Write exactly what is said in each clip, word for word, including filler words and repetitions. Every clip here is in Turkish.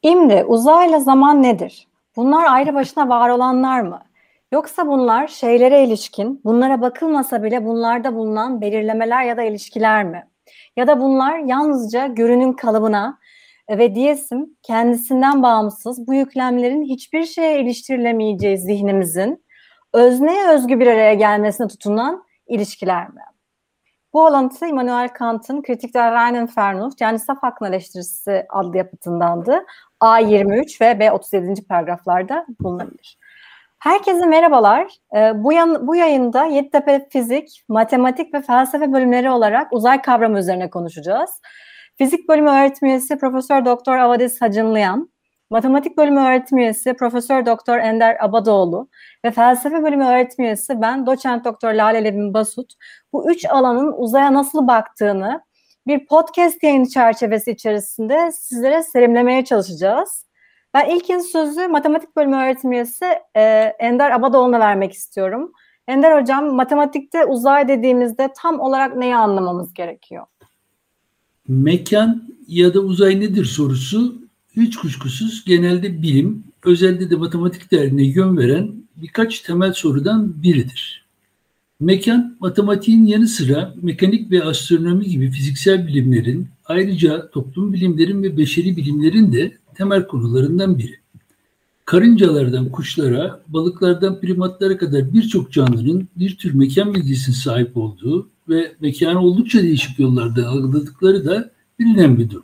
İmre, uzayla zaman nedir? Bunlar ayrı başına var olanlar mı? Yoksa bunlar şeylere ilişkin, bunlara bakılmasa bile bunlarda bulunan belirlemeler ya da ilişkiler mi? Ya da bunlar yalnızca görünüm kalıbına e, ve diyesim kendisinden bağımsız bu yüklemlerin hiçbir şeye iliştirilemeyeceği zihnimizin özneye özgü bir araya gelmesine tutunan ilişkiler mi? Bu alıntı Immanuel Kant'ın Kritik der reinen Vernunft yani saf aklın eleştirisi adlı yapıtındandı. A yirmi üç ve B otuz yedinci paragraflarda bulunabilir. Herkese merhabalar. Ee, bu, yan, bu yayında Yeditepe Fizik, Matematik ve Felsefe bölümleri olarak uzay kavramı üzerine konuşacağız. Fizik bölümü öğretim üyesi Profesör Doktor Avadis Hacınlıyan, Matematik bölümü öğretim üyesi Profesör Doktor Ender Abadoğlu ve Felsefe bölümü öğretim üyesi ben Doçent Doktor Lale Levin Basut. Bu üç alanın uzaya nasıl baktığını bir podcast yayını çerçevesi içerisinde sizlere serimlemeye çalışacağız. Ben ilkin sözü matematik bölümü öğretim üyesi e, Ender Abadoğlu'na vermek istiyorum. Ender Hocam, matematikte uzay dediğimizde tam olarak neyi anlamamız gerekiyor? Mekan ya da uzay nedir sorusu hiç kuşkusuz genelde bilim, özellikle de matematik değerine yön veren birkaç temel sorudan biridir. Mekan, matematiğin yanı sıra mekanik ve astronomi gibi fiziksel bilimlerin, ayrıca toplum bilimlerin ve beşeri bilimlerin de temel konularından biri. Karıncalardan kuşlara, balıklardan primatlara kadar birçok canlının bir tür mekan bilgisine sahip olduğu ve mekanı oldukça değişik yollardan algıladıkları da bilinen bir durum.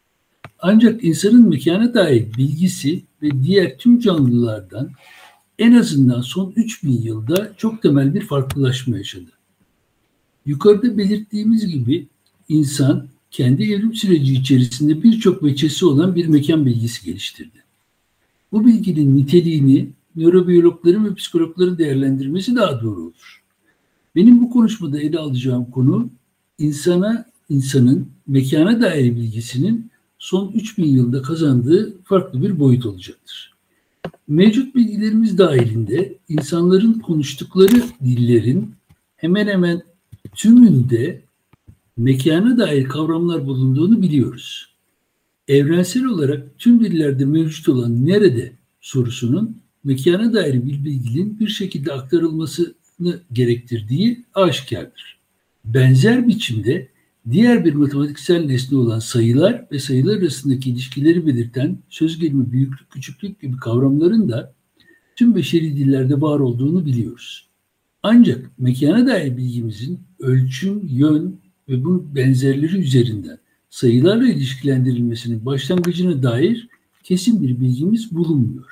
Ancak insanın mekana dair bilgisi ve diğer tüm canlılardan en azından son üç bin yılda çok temel bir farklılaşma yaşadı. Yukarıda belirttiğimiz gibi insan kendi evrim süreci içerisinde birçok veçesi olan bir mekan bilgisi geliştirdi. Bu bilginin niteliğini nörobiyologların ve psikologların değerlendirmesi daha doğru olur. Benim bu konuşmada ele alacağım konu insana, insanın mekana dair bilgisinin son üç bin yılda kazandığı farklı bir boyut olacaktır. Mevcut bilgilerimiz dahilinde insanların konuştukları dillerin hemen hemen tümünde mekana dair kavramlar bulunduğunu biliyoruz. Evrensel olarak tüm dillerde mevcut olan nerede sorusunun mekana dair bir bilginin bir şekilde aktarılmasını gerektirdiği aşikardır. Benzer biçimde diğer bir matematiksel nesne olan sayılar ve sayılar arasındaki ilişkileri belirten söz gelimi büyüklük, küçüklük gibi kavramların da tüm beşeri dillerde var olduğunu biliyoruz. Ancak mekana dair bilgimizin ölçüm, yön ve bu benzerleri üzerinden sayılarla ilişkilendirilmesinin başlangıcına dair kesin bir bilgimiz bulunmuyor.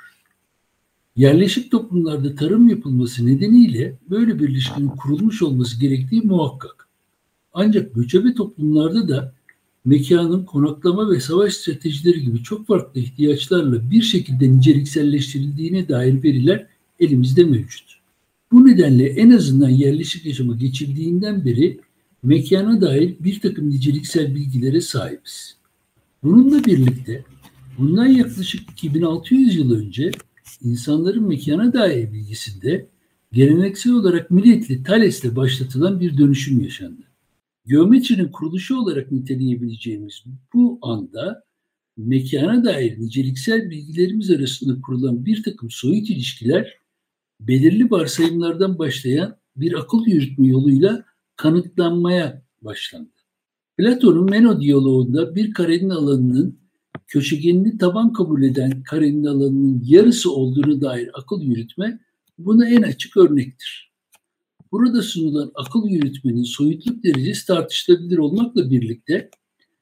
Yerleşik toplumlarda tarım yapılması nedeniyle böyle bir ilişkinin kurulmuş olması gerektiği muhakkak. Ancak göçebe toplumlarda da mekanın konaklama ve savaş stratejileri gibi çok farklı ihtiyaçlarla bir şekilde nicelikselleştirildiğine dair veriler elimizde mevcut. Bu nedenle en azından yerleşik yaşama geçildiğinden beri mekana dair bir takım niceliksel bilgilere sahibiz. Bununla birlikte bundan yaklaşık iki bin altı yüz yıl önce insanların mekana dair bilgisinde geleneksel olarak Miletli Thales'le başlatılan bir dönüşüm yaşandı. Geometrinin kuruluşu olarak niteleyebileceğimiz bu anda mekana dair niceliksel bilgilerimiz arasında kurulan bir takım soyut ilişkiler belirli varsayımlardan başlayan bir akıl yürütme yoluyla kanıtlanmaya başlandı. Platon'un Meno diyaloğunda bir karenin alanının köşegenini taban kabul eden karenin alanının yarısı olduğunu dair akıl yürütme buna en açık örnektir. Burada sunulan akıl yürütmenin soyutluk derecesi tartışılabilir olmakla birlikte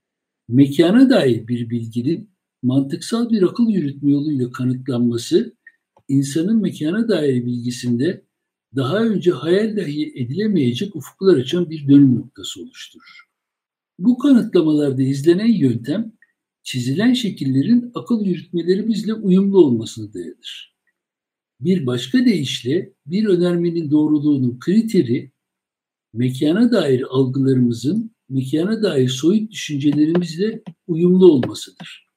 mekana dair bir bilginin mantıksal bir akıl yürütme yoluyla kanıtlanması insanın mekana dair bilgisinde daha önce hayal dahi edilemeyecek ufuklar açan bir dönüm noktası oluşturur. Bu kanıtlamalarda izlenen yöntem çizilen şekillerin akıl yürütmelerimizle uyumlu olmasına dayanır. Bir başka deyişle bir önermenin doğruluğunun kriteri mekana dair algılarımızın mekana dair soyut düşüncelerimizle uyumlu olmasıdır.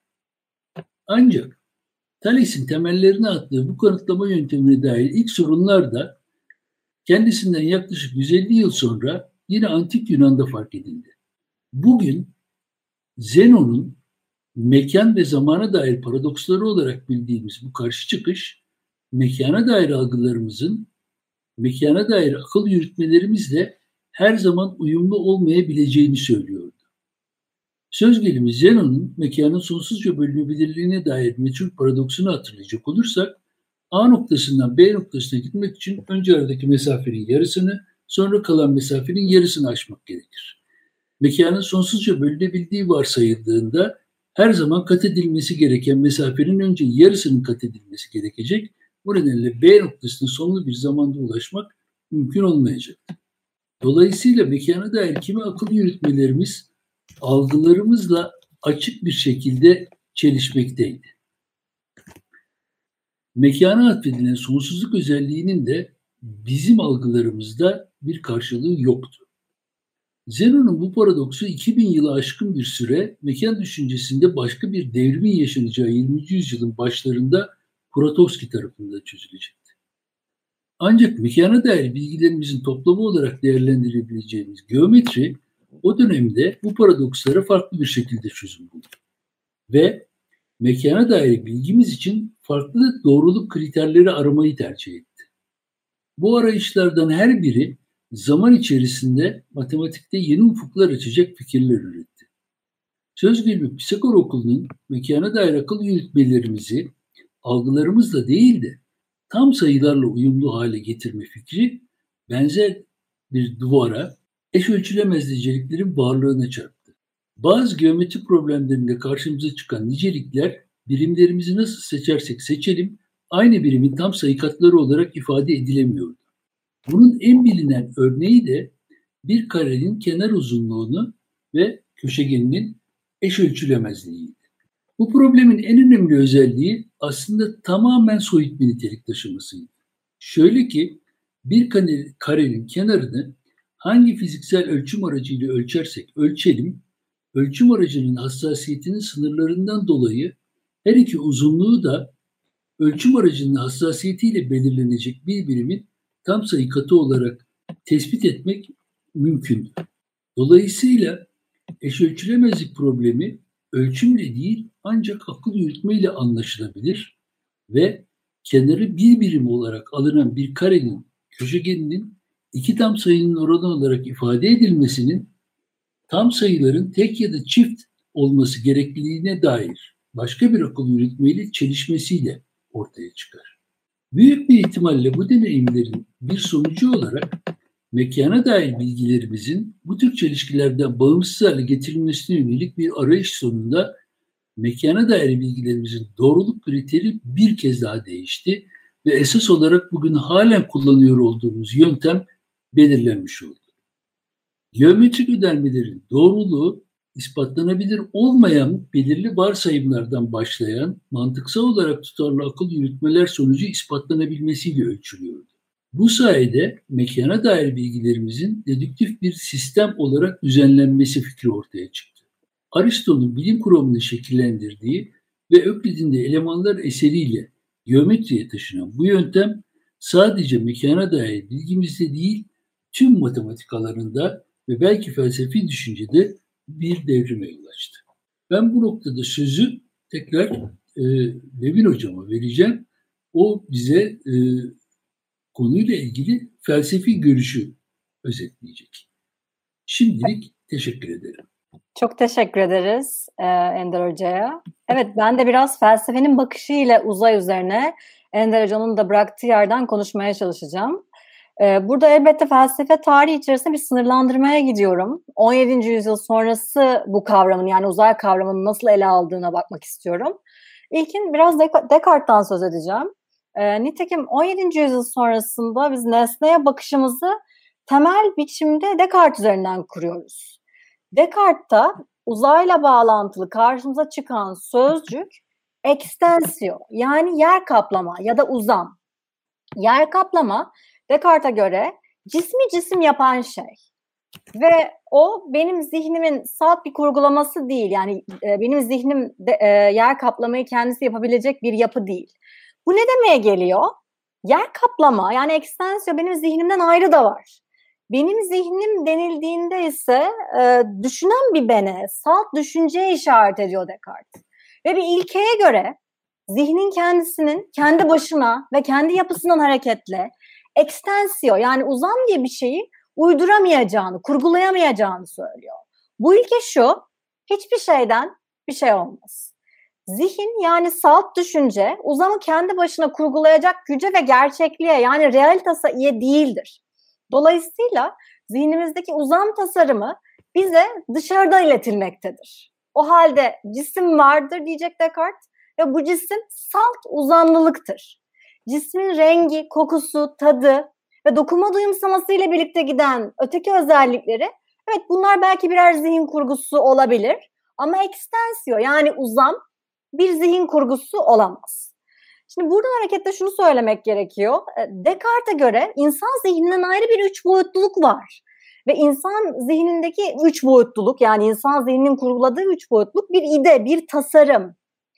Ancak Thales'in temellerini attığı bu kanıtlama yöntemine dair ilk sorunlar da kendisinden yaklaşık yüz elli yıl sonra yine Antik Yunan'da fark edildi. Bugün Zenon'un Mekan ve zamana dair paradoksları olarak bildiğimiz bu karşı çıkış, mekana dair algılarımızın mekana dair akıl yürütmelerimizle her zaman uyumlu olmayabileceğini söylüyordu. Söz gelimi Zenon'un mekanın sonsuzca bölünebilirliğine dair meçhul paradoksunu hatırlayacak olursak, A noktasından B noktasına gitmek için önce aradaki mesafenin yarısını, sonra kalan mesafenin yarısını aşmak gerekir. Mekanın sonsuzca bölünebildiği varsayıldığında her zaman kat edilmesi gereken mesafenin önce yarısının kat edilmesi gerekecek. Bu nedenle B noktasına sonlu bir zamanda ulaşmak mümkün olmayacak. Dolayısıyla mekana dair kimi akıl yürütmelerimiz algılarımızla açık bir şekilde çelişmekteydi. Mekana atfedilen sonsuzluk özelliğinin de bizim algılarımızda bir karşılığı yoktu. Zenon'un bu paradoksu iki bin yılı aşkın bir süre mekan düşüncesinde başka bir devrimin yaşanacağı yirminci yüzyılın başlarında Kuratowski tarafından çözülecekti. Ancak mekana dair bilgilerimizin toplamı olarak değerlendirebileceğimiz geometri o dönemde bu paradokslara farklı bir şekilde çözüm buldu. Ve mekana dair bilgimiz için farklı doğruluk kriterleri aramayı tercih etti. Bu arayışlardan her biri zaman içerisinde matematikte yeni ufuklar açacak fikirler üretti. Söz gelimi Pisagor okulunun mekana dair akıl yürütmelerimizi algılarımızla değil de tam sayılarla uyumlu hale getirme fikri benzer bir duvara eş ölçülemez niceliklerin varlığına çarptı. Bazı geometri problemlerinde karşımıza çıkan nicelikler birimlerimizi nasıl seçersek seçelim aynı birimin tam sayı katları olarak ifade edilemiyordu. Bunun en bilinen örneği de bir karenin kenar uzunluğunu ve köşegeninin eş ölçülemezliğiydi. Bu problemin en önemli özelliği aslında tamamen soyut bir nitelik taşımasıydı. Şöyle ki bir karenin kenarını hangi fiziksel ölçüm aracıyla ölçersek ölçelim, ölçüm aracının hassasiyetinin sınırlarından dolayı her iki uzunluğu da ölçüm aracının hassasiyetiyle belirlenecek bir birimin tam sayı katı olarak tespit etmek mümkündü. Dolayısıyla eş ölçülemezlik problemi ölçümle değil ancak akıl yürütmeyle anlaşılabilir ve kenarı bir birim olarak alınan bir karenin köşegeninin iki tam sayının oranı olarak ifade edilmesinin tam sayıların tek ya da çift olması gerekliliğine dair başka bir akıl yürütmeyle çelişmesiyle ortaya çıkar. Büyük bir ihtimalle bu deneyimlerin bir sonucu olarak mekana dair bilgilerimizin bu tür çelişkilerden bağımsız hale getirilmesine yönelik bir arayış sonunda mekana dair bilgilerimizin doğruluk kriteri bir kez daha değişti ve esas olarak bugün halen kullanıyor olduğumuz yöntem belirlenmiş oldu. Geometrik önermelerin doğruluğu ispatlanabilir olmayan belirli varsayımlardan başlayan mantıksal olarak tutarlı akıl yürütmeler sonucu ispatlanabilmesiyle ölçülüyordu. Bu sayede mekana dair bilgilerimizin dedüktif bir sistem olarak düzenlenmesi fikri ortaya çıktı. Aristo'nun bilim kuramını şekillendirdiği ve Öklid'in de elemanlar eseriyle geometriye taşınan bu yöntem sadece mekana dair bilgimizde değil tüm matematik alanında ve belki felsefi düşüncede bir devrime yol açtı. Ben bu noktada sözü tekrar e, Nevin hocama vereceğim. O bize e, konuyla ilgili felsefi görüşü özetleyecek. Şimdilik teşekkür ederim. Çok teşekkür ederiz e, Ender Hoca'ya. Evet, ben de biraz felsefenin bakışıyla uzay üzerine Ender Hoca'nın da bıraktığı yerden konuşmaya çalışacağım. E, burada elbette felsefe tarihi içerisinde bir sınırlandırmaya gidiyorum. on yedinci yüzyıl sonrası bu kavramın, yani uzay kavramının nasıl ele aldığına bakmak istiyorum. İlkin biraz Descartes'tan söz edeceğim. E, nitekim on yedinci yüzyıl sonrasında biz nesneye bakışımızı temel biçimde Descartes üzerinden kuruyoruz. Descartes'ta uzayla bağlantılı karşımıza çıkan sözcük extensio, yani yer kaplama ya da uzam. Yer kaplama Descartes'e göre cismi cisim yapan şey. Ve o benim zihnimin salt bir kurgulaması değil. Yani e, benim zihnim de, e, yer kaplamayı kendisi yapabilecek bir yapı değil. Bu ne demeye geliyor? Yer kaplama, yani extensio benim zihnimden ayrı da var. Benim zihnim denildiğinde ise e, düşünen bir bene, salt düşünceye işaret ediyor Descartes. Ve bir ilkeye göre zihnin kendisinin kendi başına ve kendi yapısından hareketle ekstensiyo yani uzam diye bir şeyi uyduramayacağını, kurgulayamayacağını söylüyor. Bu ilke şu, hiçbir şeyden bir şey olmaz. Zihin yani salt düşünce uzamı kendi başına kurgulayacak güce ve gerçekliğe yani realiteye değildir. Dolayısıyla zihnimizdeki uzam tasarımı bize dışarıdan iletilmektedir. O halde cisim vardır diyecek Descartes ve bu cisim salt uzamlılıktır. Cismin rengi, kokusu, tadı ve dokunma duyumsaması ile birlikte giden öteki özellikleri, evet bunlar belki birer zihin kurgusu olabilir ama ekstensiyo yani uzam bir zihin kurgusu olamaz. Şimdi buradan hareketle şunu söylemek gerekiyor. Descartes'e göre insan zihninin ayrı bir üç boyutluluk var. Ve insan zihnindeki üç boyutluluk yani insan zihninin kurguladığı üç boyutluluk bir ide, bir tasarım.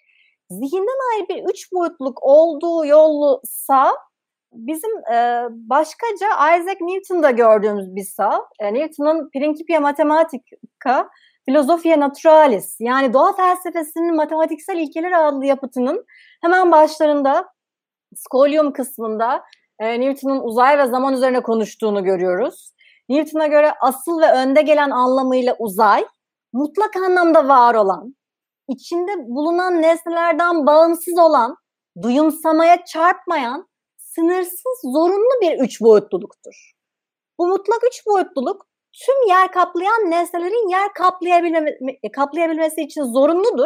Zihinden ayrı bir üç boyutluluk olduğu yollusa bizim e, başkaca Isaac Newton'da gördüğümüz bir sağ. E, Newton'un Principia Mathematica Philosophiae Naturalis yani doğa felsefesinin matematiksel ilkeler adlı yapıtının hemen başlarında Scholium kısmında e, Newton'un uzay ve zaman üzerine konuştuğunu görüyoruz. Newton'a göre asıl ve önde gelen anlamıyla uzay, mutlak anlamda var olan, içinde bulunan nesnelerden bağımsız olan, duyumsamaya çarpmayan, sınırsız, zorunlu bir üç boyutluluktur. Bu mutlak üç boyutluluk tüm yer kaplayan nesnelerin yer kaplayabilme, kaplayabilmesi için zorunludur.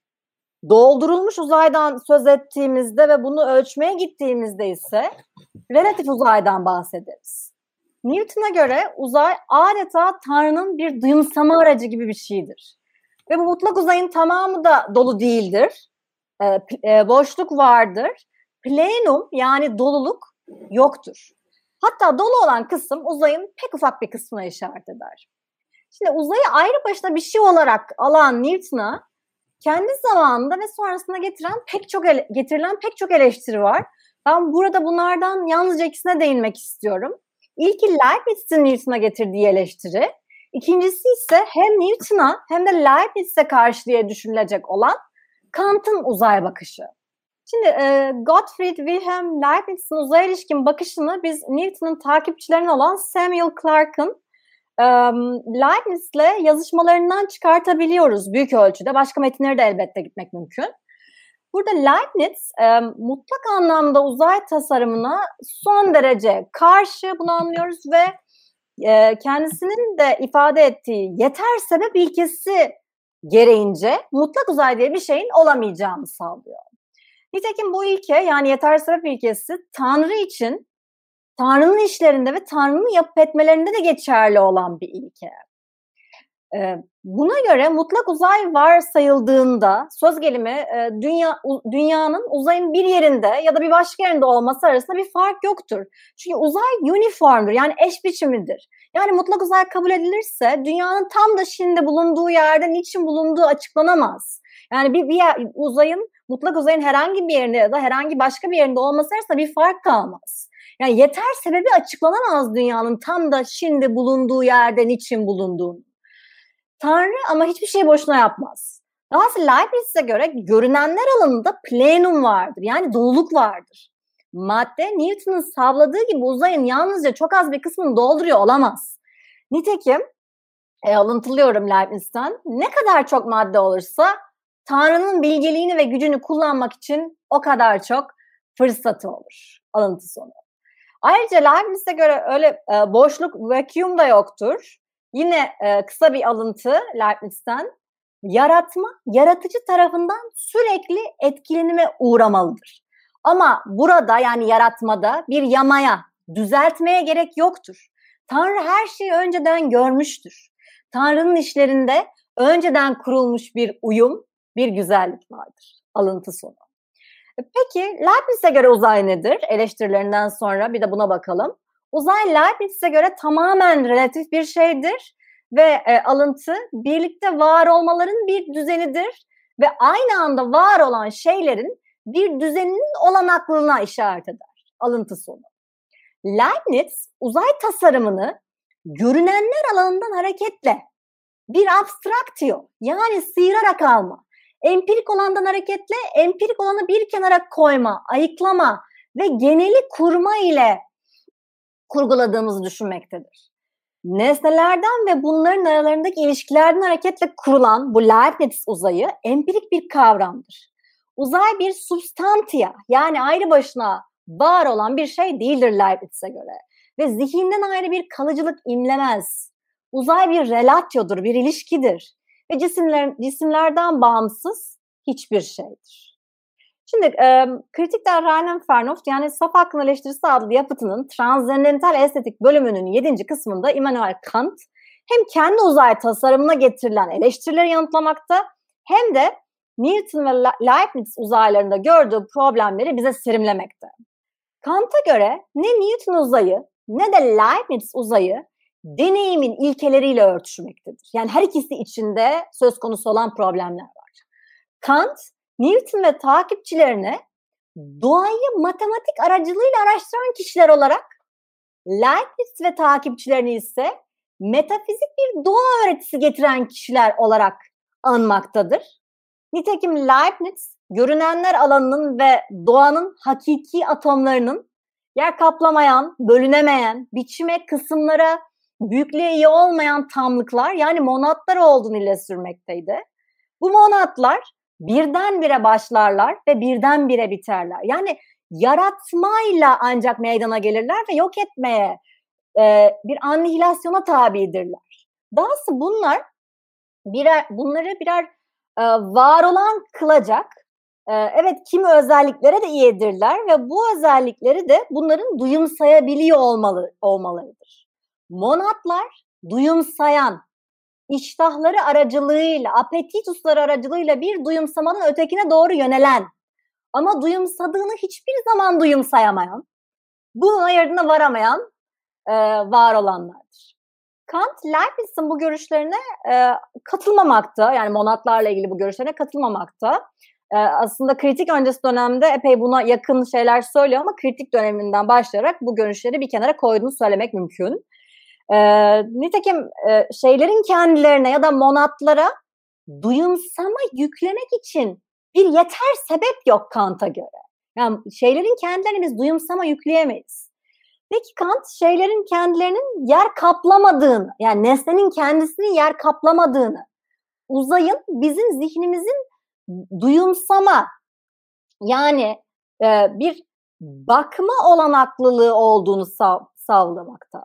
Doldurulmuş uzaydan söz ettiğimizde ve bunu ölçmeye gittiğimizde ise relatif uzaydan bahsederiz. Newton'a göre uzay adeta Tanrı'nın bir duyumsama aracı gibi bir şeydir. Ve bu mutlak uzayın tamamı da dolu değildir. E, e, boşluk vardır. Plenum yani doluluk yoktur. Hatta dolu olan kısım uzayın pek ufak bir kısmına işaret eder. Şimdi uzayı ayrı başına bir şey olarak alan Newton'a kendi zamanında ve sonrasında getiren pek çok ele, getirilen pek çok eleştiri var. Ben burada bunlardan yalnızca ikisine değinmek istiyorum. İlki Leibniz'in Newton'a getirdiği eleştiri. İkincisi ise hem Newton'a hem de Leibniz'e karşı diye düşünülecek olan Kant'ın uzay bakışı. Şimdi e, Gottfried Wilhelm Leibniz'in uzaya ilişkin bakışını biz Newton'un takipçilerinden olan Samuel Clarke'ın e, Leibniz'le yazışmalarından çıkartabiliyoruz büyük ölçüde. Başka metinlere de elbette gitmek mümkün. Burada Leibniz e, mutlak anlamda uzay tasarımına son derece karşı, bunu anlıyoruz ve e, kendisinin de ifade ettiği yeter sebep ilkesi gereğince mutlak uzay diye bir şeyin olamayacağını sağlıyor. Nitekim bu ilke yani yeter sebep ilkesi Tanrı için Tanrı'nın işlerinde ve Tanrı'nın yapıp etmelerinde de geçerli olan bir ilke. Buna göre mutlak uzay varsayıldığında söz gelimi dünya, dünyanın uzayın bir yerinde ya da bir başka yerinde olması arasında bir fark yoktur. Çünkü uzay uniformdur yani eş biçimidir. Yani mutlak uzay kabul edilirse dünyanın tam da şimdi bulunduğu yerde niçin bulunduğu açıklanamaz. Yani bir, bir yer, uzayın mutlak uzayın herhangi bir yerinde ya da herhangi başka bir yerinde olması arasında bir fark kalmaz. Yani yeter sebebi açıklanamaz dünyanın tam da şimdi bulunduğu yerde niçin bulunduğunu. Tanrı ama hiçbir şey boşuna yapmaz. Dahası Leibniz'e göre görünenler alanında plenum vardır. Yani doluluk vardır. Madde Newton'un savladığı gibi uzayın yalnızca çok az bir kısmını dolduruyor olamaz. Nitekim e, alıntılıyorum Leibniz'ten. Ne kadar çok madde olursa Tanrı'nın bilgeliğini ve gücünü kullanmak için o kadar çok fırsatı olur. Alıntı sonu. Ayrıca Leibniz'e göre öyle e, boşluk, vacuum da yoktur. Yine e, kısa bir alıntı Leibniz'ten. Yaratma, yaratıcı tarafından sürekli etkilenime uğramalıdır. Ama burada yani yaratmada bir yamaya, düzeltmeye gerek yoktur. Tanrı her şeyi önceden görmüştür. Tanrı'nın işlerinde önceden kurulmuş bir uyum, bir güzellik vardır. Alıntı sonu. Peki Leibniz'e göre uzay nedir? Eleştirilerinden sonra bir de buna bakalım. Uzay Leibniz'e göre tamamen relatif bir şeydir ve e, alıntı birlikte var olmaların bir düzenidir ve aynı anda var olan şeylerin bir düzeninin olanaklığına işaret eder. Alıntı sonu. Leibniz uzay tasarımını görünenler alanından hareketle bir abstraktio yani sıyırarak alma Empirik olandan hareketle empirik olanı bir kenara koyma, ayıklama ve geneli kurma ile kurguladığımızı düşünmektedir. Nesnelerden ve bunların aralarındaki ilişkilerden hareketle kurulan bu Leibniz uzayı empirik bir kavramdır. Uzay bir substantia, yani ayrı başına var olan bir şey değildir Leibniz'e göre. Ve zihinden ayrı bir kalıcılık imlemez. Uzay bir relatiodur, bir ilişkidir. Ve cisimler, cisimlerden bağımsız hiçbir şeydir. Şimdi e, Kritik der Reinen Vernunft, yani Saf Hakkın Eleştirisi adlı yapıtının Transzendental Estetik bölümünün yedinci kısmında Immanuel Kant hem kendi uzay tasarımına getirilen eleştirileri yanıtlamakta hem de Newton ve Leibniz uzaylarında gördüğü problemleri bize serimlemekte. Kant'a göre ne Newton uzayı ne de Leibniz uzayı deneyimin ilkeleriyle örtüşmektedir. Yani her ikisi içinde söz konusu olan problemler var. Kant, Newton ve takipçilerine doğayı matematik aracılığıyla araştıran kişiler olarak, Leibniz ve takipçilerini ise metafizik bir doğa öğretisi getiren kişiler olarak anmaktadır. Nitekim Leibniz, görünenler alanının ve doğanın hakiki atomlarının yer kaplamayan, bölünemeyen, biçime, kısımlara, büyüklüğe iyi olmayan tamlıklar, yani monadlar olduğunu ileri sürmekteydi. Bu monadlar birdenbire başlarlar ve birdenbire biterler. Yani yaratmayla ancak meydana gelirler ve yok etmeye, e, bir annihilasyona tabidirler. Dahası bunlar birer, bunları birer e, var olan kılacak, e, evet kimi özelliklere de iyidirler ve bu özellikleri de bunların duyumsayabiliyor olmalı, olmalarıdır. Monadlar duyumsayan, iştahları aracılığıyla, apetitusları aracılığıyla bir duyumsamanın ötekine doğru yönelen ama duyumsadığını hiçbir zaman duyumsayamayan, bunun ayırdına varamayan e, var olanlardır. Kant, Leibniz'in bu görüşlerine e, katılmamakta, yani monadlarla ilgili bu görüşlerine katılmamakta. E, aslında kritik öncesi dönemde epey buna yakın şeyler söylüyor ama kritik döneminden başlayarak bu görüşleri bir kenara koyduğunu söylemek mümkün. E, nitekim e, şeylerin kendilerine ya da monadlara duyumsama yüklemek için bir yeter sebep yok Kant'a göre. Yani şeylerin kendilerine biz duyumsama yükleyemeyiz. Peki Kant şeylerin kendilerinin yer kaplamadığını, yani nesnenin kendisinin yer kaplamadığını, uzayın bizim zihnimizin duyumsama, yani e, bir bakma olanaklılığı olduğunu sav savlamakta.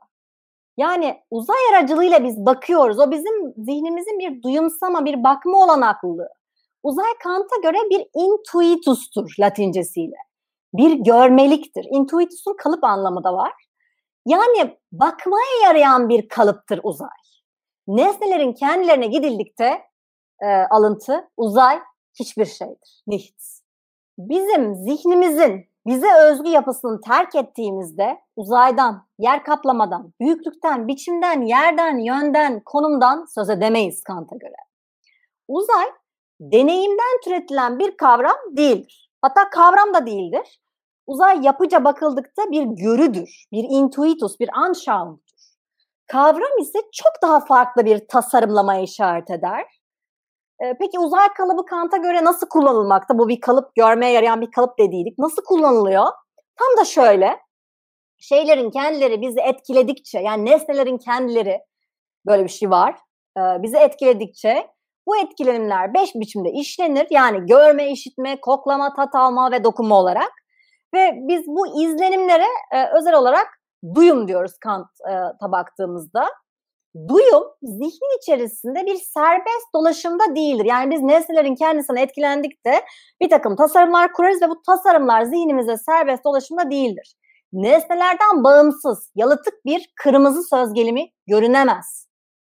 Yani uzay aracılığıyla biz bakıyoruz. O bizim zihnimizin bir duyumsama, bir bakma olanaklılığı. Uzay Kant'a göre bir intuitustur Latincesiyle. Bir görmeliktir. Intuitus'un kalıp anlamı da var. Yani bakmaya yarayan bir kalıptır uzay. Nesnelerin kendilerine gidildikte e, alıntı, uzay hiçbir şeydir. Nichts. Bizim zihnimizin bize özgü yapısını terk ettiğimizde uzaydan, yer kaplamadan, büyüklükten, biçimden, yerden, yönden, konumdan söz edemeyiz Kant'a göre. Uzay deneyimden türetilen bir kavram değildir. Hatta kavram da değildir. Uzay yapıca bakıldıkta bir görüdür, bir intuitus, bir Anschauung'dur. Kavram ise çok daha farklı bir tasarımlamaya işaret eder. Ee, peki uzay kalıbı Kant'a göre nasıl kullanılmakta? Bu bir kalıp, görmeye yarayan bir kalıp dediydik. Nasıl kullanılıyor? Tam da şöyle, şeylerin kendileri bizi etkiledikçe, yani nesnelerin kendileri, böyle bir şey var, ee, bizi etkiledikçe bu etkilenimler beş biçimde işlenir. Yani görme, işitme, koklama, tat alma ve dokunma olarak. Ve biz bu izlenimlere e, özel olarak duyum diyoruz Kant'a baktığımızda. Duyum zihnin içerisinde bir serbest dolaşımda değildir. Yani biz nesnelerin kendisine etkilendik de bir takım tasarımlar kurarız ve bu tasarımlar zihnimize serbest dolaşımda değildir. Nesnelerden bağımsız, yalıtık bir kırmızı söz gelimi görünemez.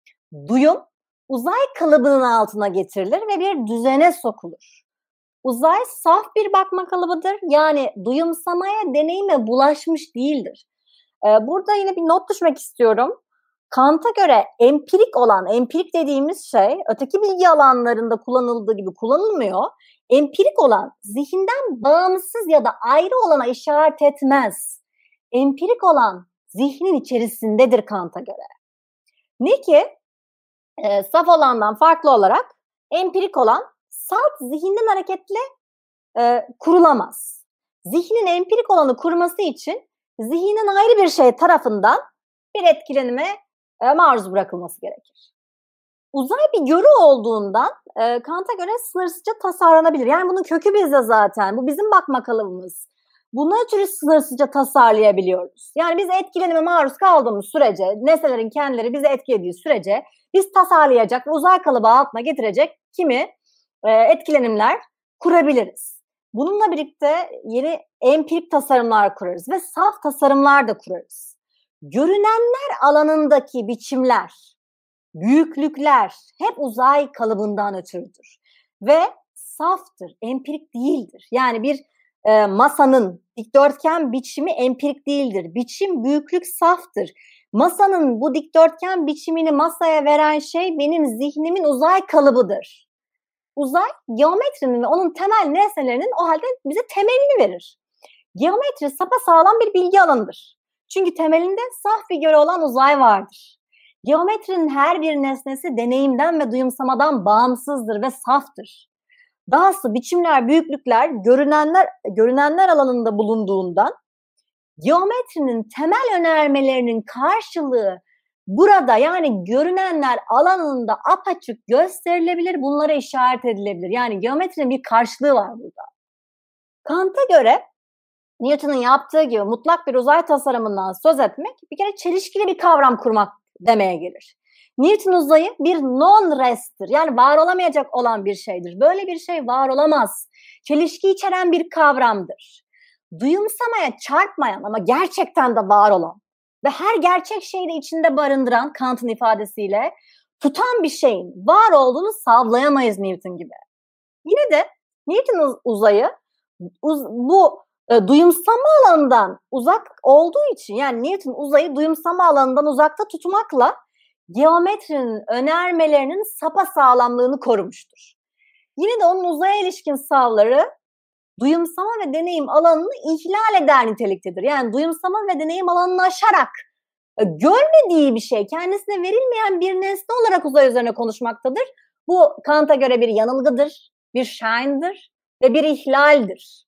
Duyum uzay kalıbının altına getirilir ve bir düzene sokulur. Uzay saf bir bakma kalıbıdır. Yani duyumsamaya, deneyime bulaşmış değildir. Ee, burada yine bir not düşmek istiyorum. Kant'a göre empirik olan, empirik dediğimiz şey öteki bilgi alanlarında kullanıldığı gibi kullanılmıyor. Empirik olan zihinden bağımsız ya da ayrı olana işaret etmez. Empirik olan zihnin içerisindedir Kant'a göre. Ne ki e, saf olandan farklı olarak empirik olan Salt zihinden hareketle e, kurulamaz. Zihnin empirik olanı kurması için zihnin ayrı bir şey tarafından bir etkilenime e, maruz bırakılması gerekir. Uzay bir görü olduğundan e, Kant'a göre sınırsızca tasarlanabilir. Yani bunun kökü bizde zaten. Bu bizim bakma kalıbımız. Bunu ötürü sınırsızca tasarlayabiliyoruz. Yani biz etkilenime maruz kaldığımız sürece, nesnelerin kendileri bizi etkilediği sürece biz tasarlayacak ve uzay kalıbı altına getirecek kimi e, etkilenimler kurabiliriz. Bununla birlikte yeni empirik tasarımlar kurarız ve saf tasarımlar da kurarız. Görünenler alanındaki biçimler, büyüklükler hep uzay kalıbından ötürüdür ve saftır, empirik değildir. Yani bir e, masanın dikdörtgen biçimi empirik değildir. Biçim, büyüklük saftır. Masanın bu dikdörtgen biçimini masaya veren şey benim zihnimin uzay kalıbıdır. Uzay, geometrinin ve onun temel nesnelerinin o halde bize temelini verir. Geometri sapasağlam bir bilgi alanıdır. Çünkü temelinde saf figürü olan uzay vardır. Geometrinin her bir nesnesi deneyimden ve duyumsamadan bağımsızdır ve saftır. Dahası biçimler, büyüklükler görünenler, görünenler alanında bulunduğundan geometrinin temel önermelerinin karşılığı burada, yani görünenler alanında apaçık gösterilebilir, bunlara işaret edilebilir. Yani geometrinin bir karşılığı var burada. Kant'a göre Newton'un yaptığı gibi mutlak bir uzay tasarımından söz etmek bir kere çelişkili bir kavram kurmak demeye gelir. Newton uzayı bir non-rest'tir. Yani var olamayacak olan bir şeydir. Böyle bir şey var olamaz. Çelişki içeren bir kavramdır. Duyumsamaya çarpmayan ama gerçekten de var olan ve her gerçek şeyi de içinde barındıran, Kant'ın ifadesiyle tutan bir şeyin var olduğunu savlayamayız Newton gibi. Yine de Newton uzayı uz, bu e, duyumsama alanından uzak olduğu için, yani Newton uzayı duyumsama alanından uzakta tutmakla geometrinin önermelerinin sapasağlamlığını korumuştur. Yine de onun uzaya ilişkin savları duyumsama ve deneyim alanını ihlal eder niteliktedir. Yani duyumsama ve deneyim alanını aşarak e, görmediği bir şey, kendisine verilmeyen bir nesne olarak uzay üzerine konuşmaktadır. Bu Kant'a göre bir yanılgıdır, bir şahindir ve bir ihlaldir.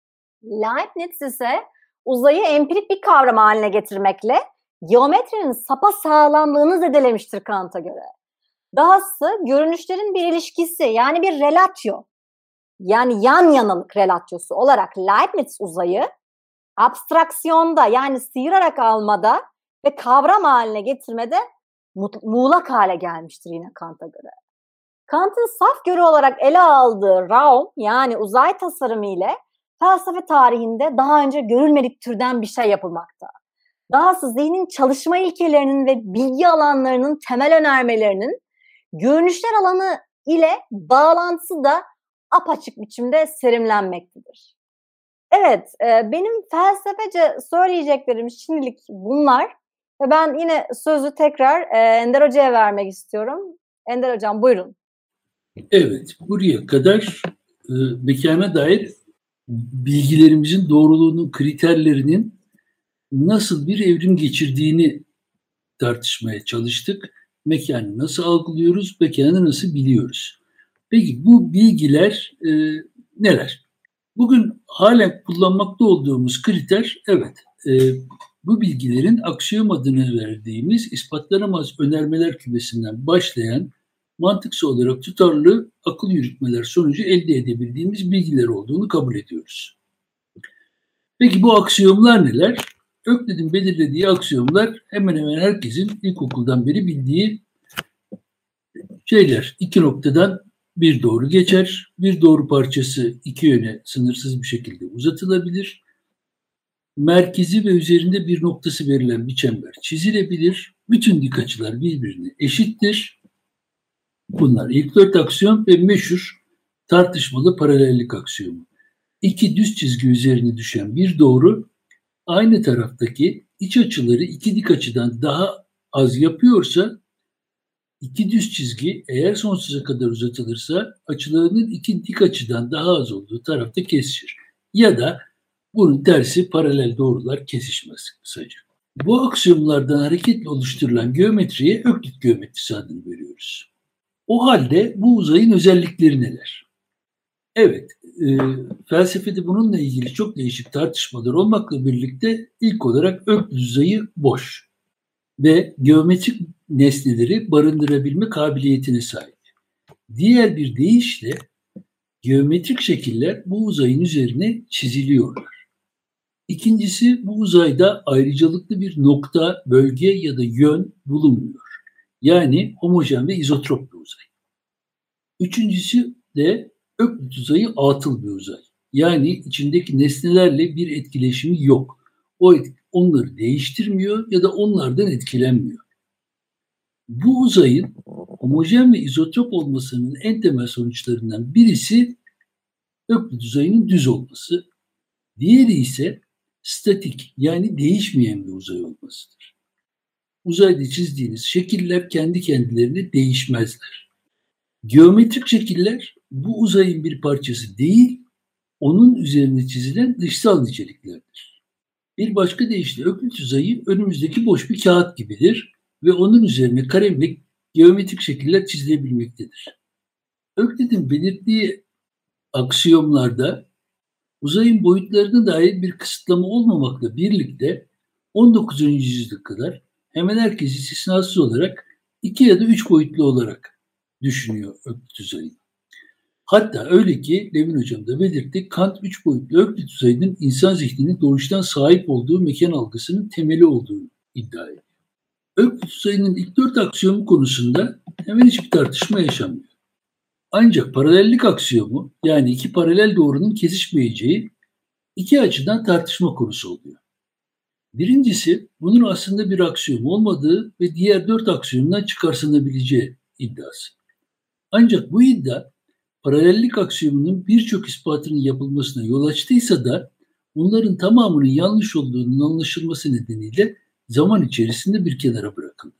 Leibniz ise uzayı empirik bir kavram haline getirmekle geometrinin sapasağlamlığını zedelemiştir Kant'a göre. Dahası görünüşlerin bir ilişkisi, yani bir relatio, yani yan yanalık relatyosu olarak Leibniz uzayı abstraksiyonda, yani sıyırarak almada ve kavram haline getirmede muğlak hale gelmiştir yine Kant'a göre. Kant'ın saf görü olarak ele aldığı Raum, yani uzay tasarımı ile felsefe tarihinde daha önce görülmedik türden bir şey yapılmakta. Dahası zihnin çalışma ilkelerinin ve bilgi alanlarının temel önermelerinin görünüşler alanı ile bağlantısı da apaçık biçimde serimlenmektedir. Evet, e, benim felsefece söyleyeceklerim şimdilik bunlar. Ve ben yine sözü tekrar e, Ender Hoca'ya vermek istiyorum. Ender Hocam buyurun. Evet, buraya kadar e, mekana dair bilgilerimizin doğruluğunun kriterlerinin nasıl bir evrim geçirdiğini tartışmaya çalıştık. Mekanı nasıl algılıyoruz, mekanı nasıl biliyoruz? Peki bu bilgiler e, neler? Bugün halen kullanmakta olduğumuz kriter, evet, e, bu bilgilerin aksiyom adını verdiğimiz ispatlanamaz önermeler kümesinden başlayan mantıksal olarak tutarlı akıl yürütmeler sonucu elde edebildiğimiz bilgiler olduğunu kabul ediyoruz. Peki bu aksiyomlar neler? Öklid'in belirlediği aksiyomlar hemen hemen herkesin ilkokuldan beri bildiği şeyler. İki noktadan bir doğru geçer. Bir doğru parçası iki yöne sınırsız bir şekilde uzatılabilir. Merkezi ve üzerinde bir noktası verilen bir çember çizilebilir. Bütün dik açılar birbirine eşittir. Bunlar ilk dört aksiyom ve meşhur tartışmalı paralellik aksiyomu. İki düz çizgi üzerine düşen bir doğru aynı taraftaki iç açıları iki dik açıdan daha az yapıyorsa, iki düz çizgi eğer sonsuza kadar uzatılırsa açılarının iki dik açıdan daha az olduğu tarafta kesişir. Ya da bunun tersi, paralel doğrular kesişmez kısaca. Bu aksiyomlardan hareketle oluşturulan geometriye Öklit geometrisi adını veriyoruz. O halde bu uzayın özellikleri neler? Evet, e, felsefede bununla ilgili çok değişik tartışmalar olmakla birlikte ilk olarak Öklit uzayı boş ve geometrik nesneleri barındırabilme kabiliyetine sahip. Diğer bir deyişle geometrik şekiller bu uzayın üzerine çiziliyorlar. İkincisi, bu uzayda ayrıcalıklı bir nokta, bölge ya da yön bulunmuyor. Yani homojen ve izotrop bir uzay. Üçüncüsü de Öklit uzayı atıl bir uzay. Yani içindeki nesnelerle bir etkileşimi yok. O et, onları değiştirmiyor ya da onlardan etkilenmiyor. Bu uzayın homojen ve izotrop olmasının en temel sonuçlarından birisi Öklit uzayının düz olması. Diğeri ise statik, yani değişmeyen bir uzay olmasıdır. Uzayda çizdiğiniz şekiller kendi kendilerine değişmezler. Geometrik şekiller bu uzayın bir parçası değil, onun üzerine çizilen dışsal niteliklerdir. Bir başka deyişle Öklit uzayı önümüzdeki boş bir kağıt gibidir ve onun üzerine kare ve geometrik şekiller çizilebilmektedir. Öklit'in belirttiği aksiyomlarda uzayın boyutlarına dair bir kısıtlama olmamakla birlikte on dokuzuncu yüzyıla kadar hemen herkes istisnasız olarak iki ya da üç boyutlu olarak düşünüyor Öklit uzayını. Hatta öyle ki Levin Hocam da belirtti, Kant üç boyutlu Öklit uzayının insan zihninin doğuştan sahip olduğu mekan algısının temeli olduğunu iddia ediyor. Öklit uzayının ilk dört aksiyomu konusunda hemen hiçbir tartışma yaşanmıyor. Ancak paralellik aksiyomu, yani iki paralel doğrunun kesişmeyeceği iki açıdan tartışma konusu oluyor. Birincisi, bunun aslında bir aksiyom olmadığı ve diğer dört aksiyomdan çıkarsılabileceği iddiası. Ancak bu iddia, paralellik aksiyomunun birçok ispatının yapılmasına yol açtıysa da bunların tamamının yanlış olduğunun anlaşılması nedeniyle zaman içerisinde bir kenara bırakıldı.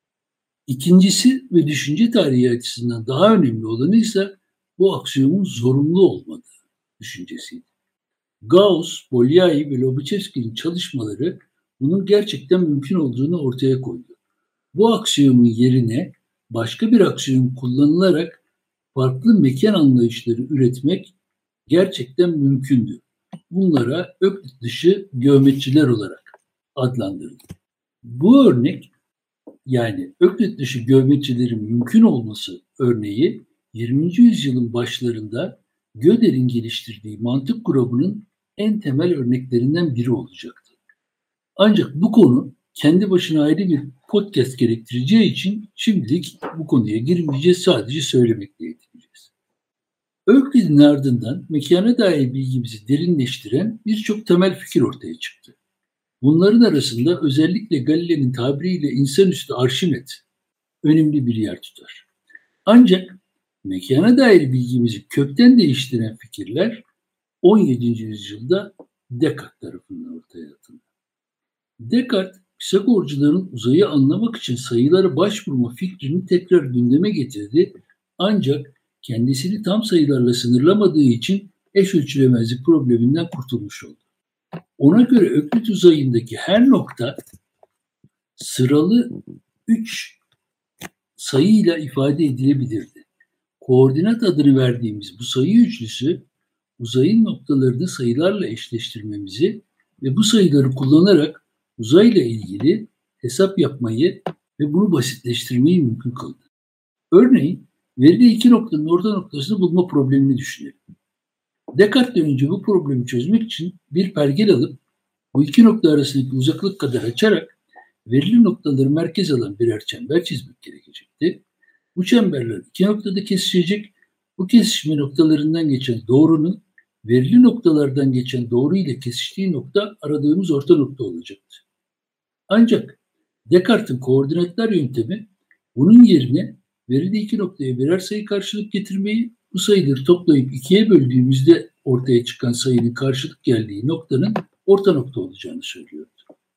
İkincisi ve düşünce tarihi açısından daha önemli olanı ise bu aksiyomun zorunlu olmadığı düşüncesiydi. Gauss, Bolyai ve Lobachevski'nin çalışmaları bunun gerçekten mümkün olduğunu ortaya koydu. Bu aksiyomun yerine başka bir aksiyom kullanılarak farklı mekan anlayışları üretmek gerçekten mümkündü. Bunlara Öklit dışı geometriler olarak adlandırıldı. Bu örnek, yani Öklit dışı geometrilerin mümkün olması örneği yirminci yüzyılın başlarında Gödel'in geliştirdiği mantık grubunun en temel örneklerinden biri olacaktı. Ancak bu konu kendi başına ayrı bir podcast gerektireceği için şimdilik bu konuya girmeyeceğiz, sadece söylemekle yetineceğiz. Öklit'in ardından mekana dair bilgimizi derinleştiren birçok temel fikir ortaya çıktı. Bunların arasında özellikle Galile'nin tabiriyle insanüstü Arşimet önemli bir yer tutar. Ancak mekana dair bilgimizi kökten değiştiren fikirler on yedinci yüzyılda Descartes tarafından ortaya atıldı. Descartes, Pisagorcuların uzayı anlamak için sayılara başvurma fikrini tekrar gündeme getirdi, ancak kendisini tam sayılarla sınırlamadığı için eş ölçülemezlik probleminden kurtulmuş oldu. Ona göre Öklit uzayındaki her nokta sıralı üç sayıyla ifade edilebilirdi. Koordinat adını verdiğimiz bu sayı üçlüsü uzayın noktalarını sayılarla eşleştirmemizi ve bu sayıları kullanarak uzayla ilgili hesap yapmayı ve bunu basitleştirmeyi mümkün kıldı. Örneğin verili iki noktanın orta noktasını bulma problemini düşünelim. Descartes önce bu problemi çözmek için bir pergel alıp bu iki nokta arasındaki uzaklık kadar açarak verili noktaları merkez alan birer çember çizmek gerekecekti. Bu çemberler iki noktada kesişecek, bu kesişme noktalarından geçen doğrunun verili noktalardan geçen doğru ile kesiştiği nokta aradığımız orta nokta olacaktı. Ancak Descartes'in koordinatlar yöntemi bunun yerine verili iki noktaya birer sayı karşılık getirmeyi, bu sayıları toplayıp ikiye böldüğümüzde ortaya çıkan sayının karşılık geldiği noktanın orta nokta olacağını söylüyordu.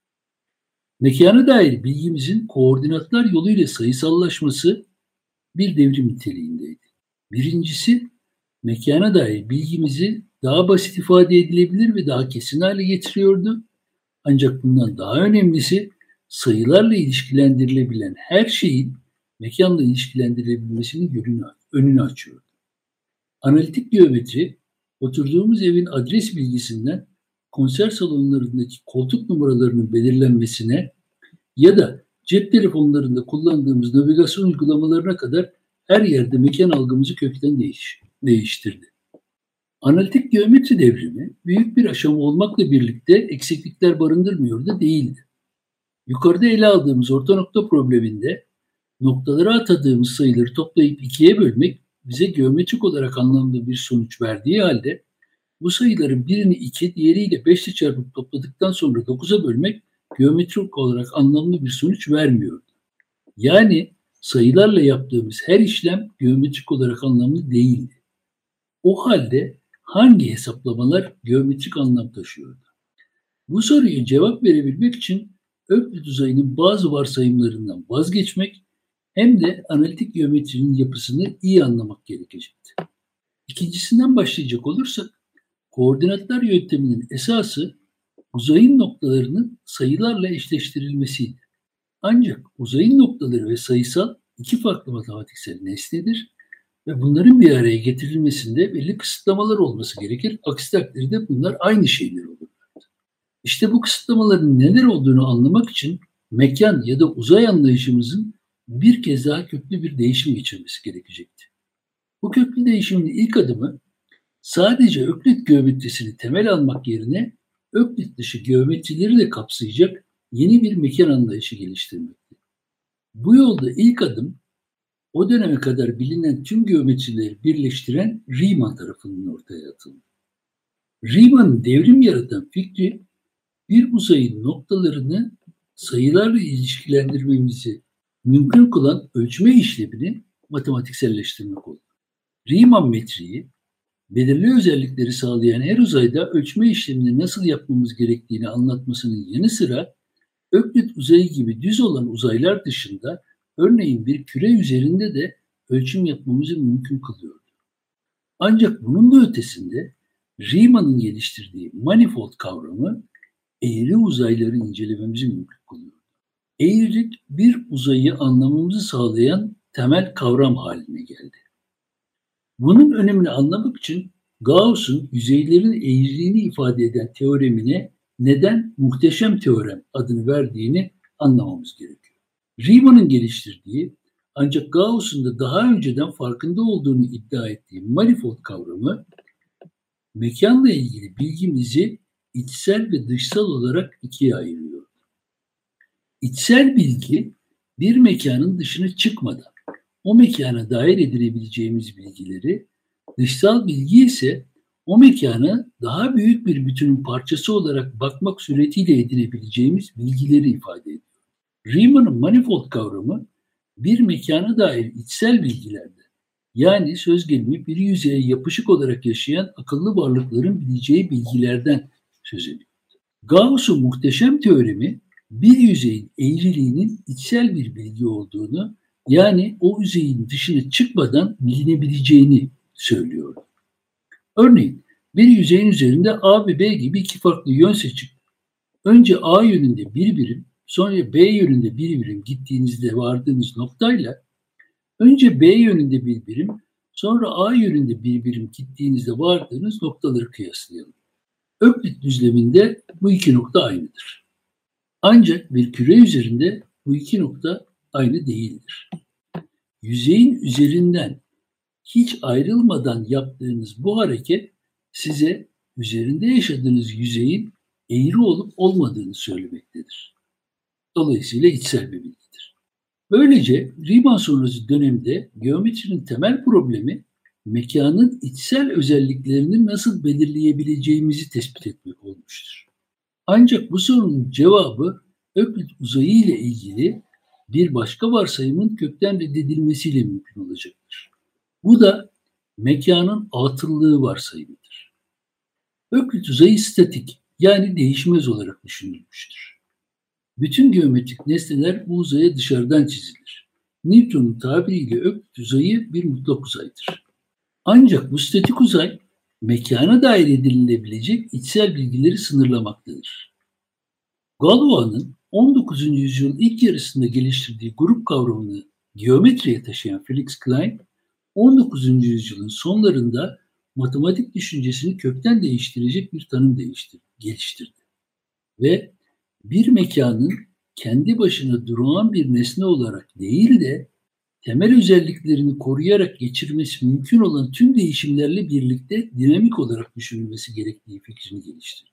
Mekana dair bilgimizin koordinatlar yoluyla sayısallaşması bir devrim niteliğindeydi. Birincisi, mekana dair bilgimizi daha basit ifade edilebilir ve daha kesin hale getiriyordu. Ancak bundan daha önemlisi, sayılarla ilişkilendirilebilen her şeyin mekanla ilişkilendirilebilmesinin önünü açıyordu. Analitik geometri, oturduğumuz evin adres bilgisinden konser salonlarındaki koltuk numaralarının belirlenmesine ya da cep telefonlarında kullandığımız navigasyon uygulamalarına kadar her yerde mekan algımızı kökten değiş, değiştirdi. Analitik geometri devrimi büyük bir aşama olmakla birlikte eksiklikler barındırmıyor da değildi. Yukarıda ele aldığımız orta nokta probleminde noktalara atadığımız sayıları toplayıp ikiye bölmek bize geometrik olarak anlamlı bir sonuç verdiği halde bu sayıların birini iki, diğeriyle beş ile çarpıp topladıktan sonra dokuza bölmek geometrik olarak anlamlı bir sonuç vermiyordu. Yani sayılarla yaptığımız her işlem geometrik olarak anlamlı değildi. O halde hangi hesaplamalar geometrik anlam taşıyordu? Bu soruya cevap verebilmek için Öklit uzayının bazı varsayımlarından vazgeçmek hem de analitik geometrinin yapısını iyi anlamak gerekecekti. İkincisinden başlayacak olursak, koordinatlar yönteminin esası uzayın noktalarının sayılarla eşleştirilmesiydi. Ancak uzayın noktaları ve sayısal iki farklı matematiksel nesnedir ve bunların bir araya getirilmesinde belli kısıtlamalar olması gerekir. Aksi takdirde bunlar aynı şeyler olurlardı. İşte bu kısıtlamaların neler olduğunu anlamak için mekan ya da uzay anlayışımızın bir kez daha köklü bir değişim geçirmesi gerekecekti. Bu köklü değişimin ilk adımı sadece Öklit geometrisini temel almak yerine Öklit dışı geometrileri de kapsayacak yeni bir mekan anlayışı geliştirmekti. Bu yolda ilk adım o döneme kadar bilinen tüm geometrileri birleştiren Riemann tarafından ortaya atıldı. Riemann'ın devrim yaratan fikri bir uzayın noktalarını sayılarla ilişkilendirmemizi mümkün kılan ölçme işlemini matematikselleştirmek oldu. Riemann metriği belirli özellikleri sağlayan her uzayda ölçme işlemini nasıl yapmamız gerektiğini anlatmasının yanı sıra Öklit uzayı gibi düz olan uzaylar dışında örneğin bir küre üzerinde de ölçüm yapmamızı mümkün kılıyordu. Ancak bunun da ötesinde Riemann'ın geliştirdiği manifold kavramı eğri uzayları incelememizi mümkün kılıyordu. Eğrilik bir uzayı anlamamızı sağlayan temel kavram haline geldi. Bunun önemini anlamak için Gauss'un yüzeylerin eğriliğini ifade eden teoremine neden muhteşem teorem adını verdiğini anlamamız gerekiyor. Riemann'ın geliştirdiği ancak Gauss'un da daha önceden farkında olduğunu iddia ettiği manifold kavramı mekanla ilgili bilgimizi içsel ve dışsal olarak ikiye ayırıyor. İçsel bilgi bir mekanın dışına çıkmadan o mekana dair edinebileceğimiz bilgileri, dışsal bilgi ise o mekana daha büyük bir bütünün parçası olarak bakmak suretiyle edinebileceğimiz bilgileri ifade ediyor. Riemann'ın manifold kavramı bir mekana dair içsel bilgilerde, yani söz gelimi bir yüzeye yapışık olarak yaşayan akıllı varlıkların bileceği bilgilerden söz ediyor. Gauss'un muhteşem teoremi bir yüzeyin eğriliğinin içsel bir bilgi olduğunu, yani o yüzeyin dışına çıkmadan bilinebileceğini söylüyor. Örneğin bir yüzeyin üzerinde A ve B gibi iki farklı yön seçip önce A yönünde bir birim, sonra B yönünde bir birim gittiğinizde vardığınız noktayla önce B yönünde bir birim, sonra A yönünde bir birim gittiğinizde vardığınız noktaları kıyaslayalım. Öklit düzleminde bu iki nokta aynıdır. Ancak bir küre üzerinde bu iki nokta aynı değildir. Yüzeyin üzerinden hiç ayrılmadan yaptığınız bu hareket size üzerinde yaşadığınız yüzeyin eğri olup olmadığını söylemektedir. Dolayısıyla içsel bir bilgidir. Böylece Riemann sonrası dönemde geometrinin temel problemi mekanın içsel özelliklerini nasıl belirleyebileceğimizi tespit etmek olmuştur. Ancak bu sorunun cevabı Öklit uzayı ile ilgili bir başka varsayımın kökten reddedilmesiyle mümkün olacaktır. Bu da mekanın atıllığı varsayımıdır. Öklit uzayı statik, yani değişmez olarak düşünülmüştür. Bütün geometrik nesneler bu uzaya dışarıdan çizilir. Newton'un tabiriyle Öklit uzayı bir mutlak uzaydır. Ancak bu statik uzay, mekana dair edinilebilecek içsel bilgileri sınırlamaktadır. Galois'ın on dokuzuncu yüzyılın ilk yarısında geliştirdiği grup kavramını geometriye taşıyan Felix Klein, on dokuzuncu yüzyılın sonlarında matematik düşüncesini kökten değiştirecek bir tanım değiştirdi, geliştirdi. Ve bir mekanın kendi başına duran bir nesne olarak değil de temel özelliklerini koruyarak geçirmesi mümkün olan tüm değişimlerle birlikte dinamik olarak düşünülmesi gerektiği fikrini geliştirdi.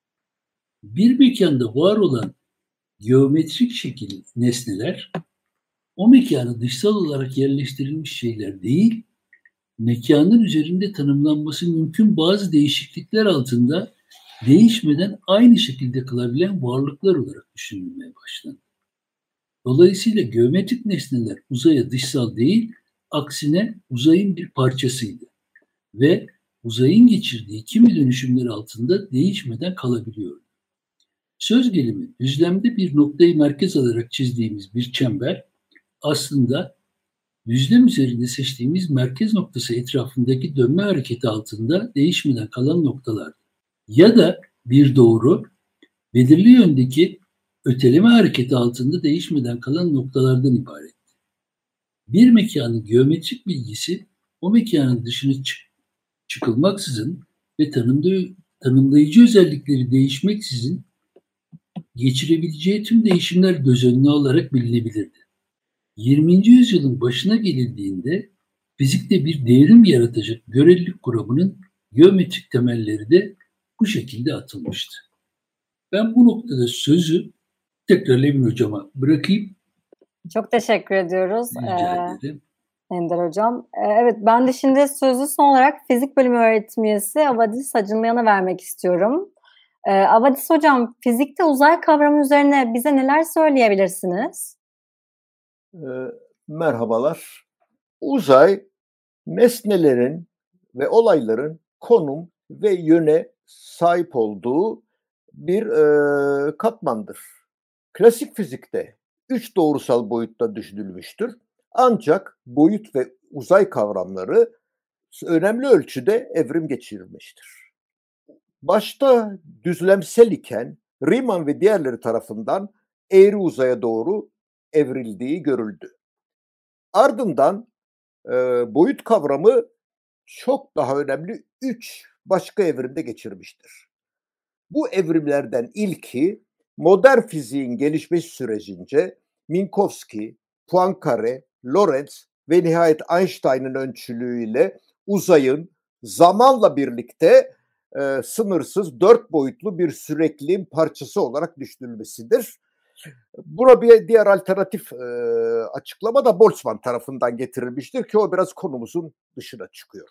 Bir mekanda var olan geometrik şekil nesneler, o mekana dışsal olarak yerleştirilmiş şeyler değil, mekanın üzerinde tanımlanması mümkün bazı değişiklikler altında değişmeden aynı şekilde kalabilen varlıklar olarak düşünülmeye başlandı. Dolayısıyla geometrik nesneler uzaya dışsal değil, aksine uzayın bir parçasıydı ve uzayın geçirdiği kimi dönüşümler altında değişmeden kalabiliyordu. Söz gelimi düzlemde bir noktayı merkez alarak çizdiğimiz bir çember aslında düzlem üzerinde seçtiğimiz merkez noktası etrafındaki dönme hareketi altında değişmeden kalan noktalardı. Ya da bir doğru belirli yöndeki öteleme hareketi altında değişmeden kalan noktalardan ibaretti. Bir mekanın geometrik bilgisi o mekanın dışına çıkılmaksızın ve tanımlayıcı özellikleri değişmeksizin geçirebileceği tüm değişimler göz önüne alarak bilinebilirdi. yirminci yüzyılın başına gelindiğinde fizikte bir devrim yaratacak görelilik kuramının geometrik temelleri de bu şekilde atılmıştı. Ben bu noktada sözü tekrar Levin Hocam'a bırakayım. Çok teşekkür ediyoruz. Rica ederim. Ender Hocam. Evet, ben de şimdi sözü son olarak fizik bölümü öğretim üyesi Avadis Acınlayan'a vermek istiyorum. Avadis Hocam, fizikte uzay kavramı üzerine bize neler söyleyebilirsiniz? E, merhabalar. Uzay, nesnelerin ve olayların konum ve yöne sahip olduğu bir e, katmandır. Klasik fizikte üç doğrusal boyutta düşünülmüştür. Ancak boyut ve uzay kavramları önemli ölçüde evrim geçirmiştir. Başta düzlemsel iken Riemann ve diğerleri tarafından eğri uzaya doğru evrildiği görüldü. Ardından e, boyut kavramı çok daha önemli üç başka evrimde geçirmiştir. Bu evrimlerden ilki modern fiziğin gelişmesi sürecince Minkowski, Poincaré, Lorentz ve nihayet Einstein'ın öncülüğüyle uzayın zamanla birlikte e, sınırsız dört boyutlu bir sürekliliğin parçası olarak düşünülmesidir. Buna bir diğer alternatif e, açıklama da Boltzmann tarafından getirilmiştir ki o biraz konumuzun dışına çıkıyor.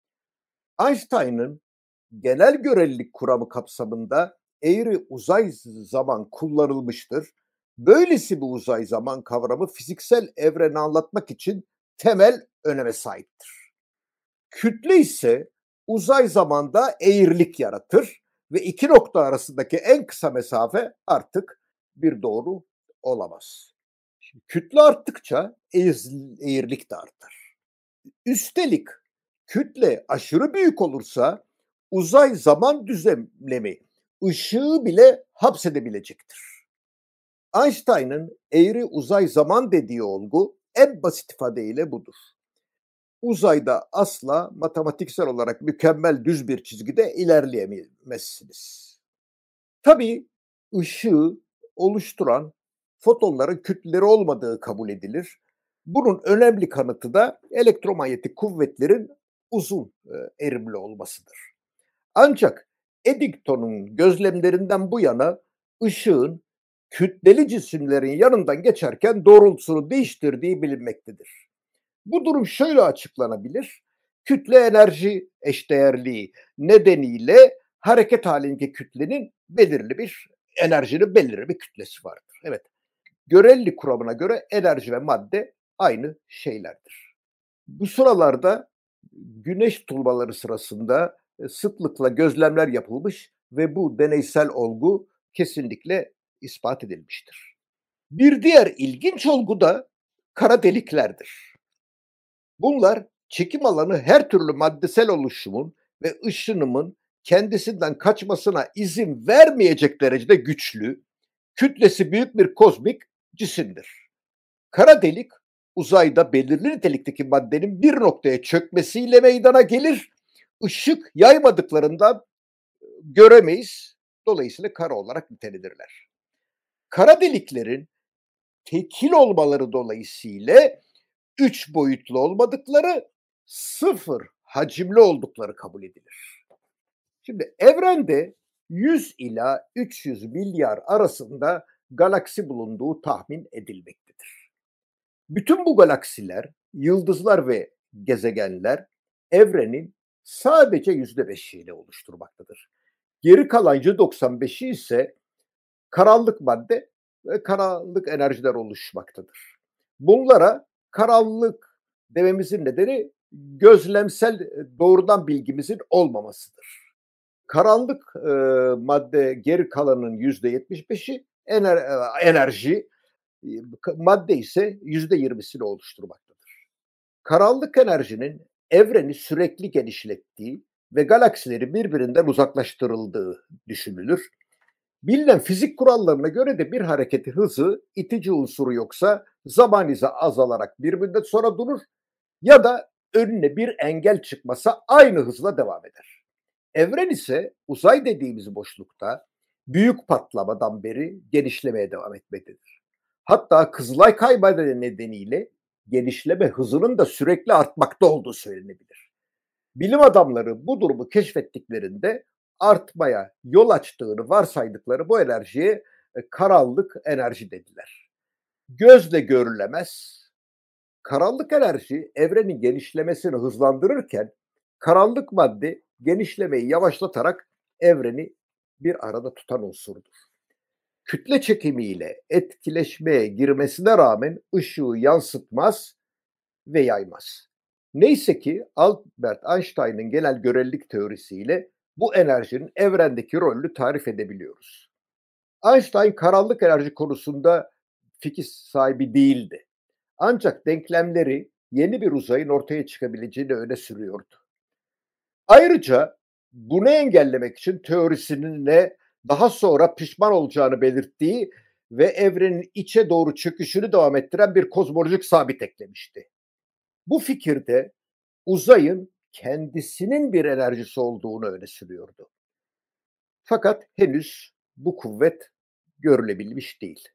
Einstein'ın genel görelilik kuramı kapsamında eğri uzay zaman kullanılmıştır. Böylesi bir uzay zaman kavramı fiziksel evreni anlatmak için temel öneme sahiptir. Kütle ise uzay zamanda eğrilik yaratır ve iki nokta arasındaki en kısa mesafe artık bir doğru olamaz. Şimdi, kütle arttıkça eğrilik de artar. Üstelik kütle aşırı büyük olursa uzay zaman düzlemi ışığı bile hapsedebilecektir. Einstein'ın eğri uzay zaman dediği olgu en basit ifadeyle budur. Uzayda asla matematiksel olarak mükemmel düz bir çizgide ilerleyemezsiniz. Tabii ışığı oluşturan fotonların kütleleri olmadığı kabul edilir. Bunun önemli kanıtı da elektromanyetik kuvvetlerin uzun erimli olmasıdır. Ancak Eddington'un gözlemlerinden bu yana ışığın kütleli cisimlerin yanından geçerken doğrultusunu değiştirdiği bilinmektedir. Bu durum şöyle açıklanabilir. Kütle enerji eşdeğerliği nedeniyle hareket halindeki kütlenin belirli bir enerjinin belirli bir kütlesi vardır. Evet. Görelilik kuramına göre enerji ve madde aynı şeylerdir. Bu sıralarda güneş tutulmaları sırasında sıklıkla gözlemler yapılmış ve bu deneysel olgu kesinlikle ispat edilmiştir. Bir diğer ilginç olgu da kara deliklerdir. Bunlar çekim alanı her türlü maddesel oluşumun ve ışınımın kendisinden kaçmasına izin vermeyecek derecede güçlü, kütlesi büyük bir kozmik cisimdir. Kara delik uzayda belirli nitelikteki maddenin bir noktaya çökmesiyle meydana gelir. Işık yaymadıklarından göremeyiz. Dolayısıyla kara olarak nitelenirler. Kara deliklerin tekil olmaları dolayısıyla üç boyutlu olmadıkları, sıfır hacimli oldukları kabul edilir. Şimdi evrende yüz ila üç yüz milyar arasında galaksi bulunduğu tahmin edilmektedir. Bütün bu galaksiler, yıldızlar ve gezegenler evrenin sadece yüzde beşini oluşturmaktadır. Geri kalan yüzde doksan beşi ise karanlık madde ve karanlık enerjiler oluşmaktadır. Bunlara karanlık dememizin nedeni gözlemsel doğrudan bilgimizin olmamasıdır. Karanlık e, madde geri kalanın yüzde yetmiş beşi, ener, enerji madde ise yüzde yirmisini oluşturmaktadır. Karanlık enerjinin evreni sürekli genişlettiği ve galaksileri birbirinden uzaklaştırıldığı düşünülür. Bilinen fizik kurallarına göre de bir hareketin hızı itici unsuru yoksa zaman hızı azalarak bir müddet sonra durur ya da önüne bir engel çıkmasa aynı hızla devam eder. Evren ise uzay dediğimiz boşlukta büyük patlamadan beri genişlemeye devam etmektedir. Hatta Kızılay kaymaları nedeniyle genişleme hızının da sürekli artmakta olduğu söylenebilir. Bilim adamları bu durumu keşfettiklerinde artmaya yol açtığını varsaydıkları bu enerjiye karanlık enerji dediler. Gözle görülemez. Karanlık enerji evrenin genişlemesini hızlandırırken karanlık madde genişlemeyi yavaşlatarak evreni bir arada tutan unsurdur. Kütle çekimiyle etkileşmeye girmesine rağmen ışığı yansıtmaz ve yaymaz. Neyse ki Albert Einstein'ın genel görelilik teorisiyle bu enerjinin evrendeki rolünü tarif edebiliyoruz. Einstein karanlık enerji konusunda fikir sahibi değildi. Ancak denklemleri yeni bir uzayın ortaya çıkabileceğini öne sürüyordu. Ayrıca bunu engellemek için teorisinin ne daha sonra pişman olacağını belirttiği ve evrenin içe doğru çöküşünü devam ettiren bir kozmolojik sabit eklemişti. Bu fikirde uzayın kendisinin bir enerjisi olduğunu öne sürüyordu. Fakat henüz bu kuvvet görülebilmiş değil.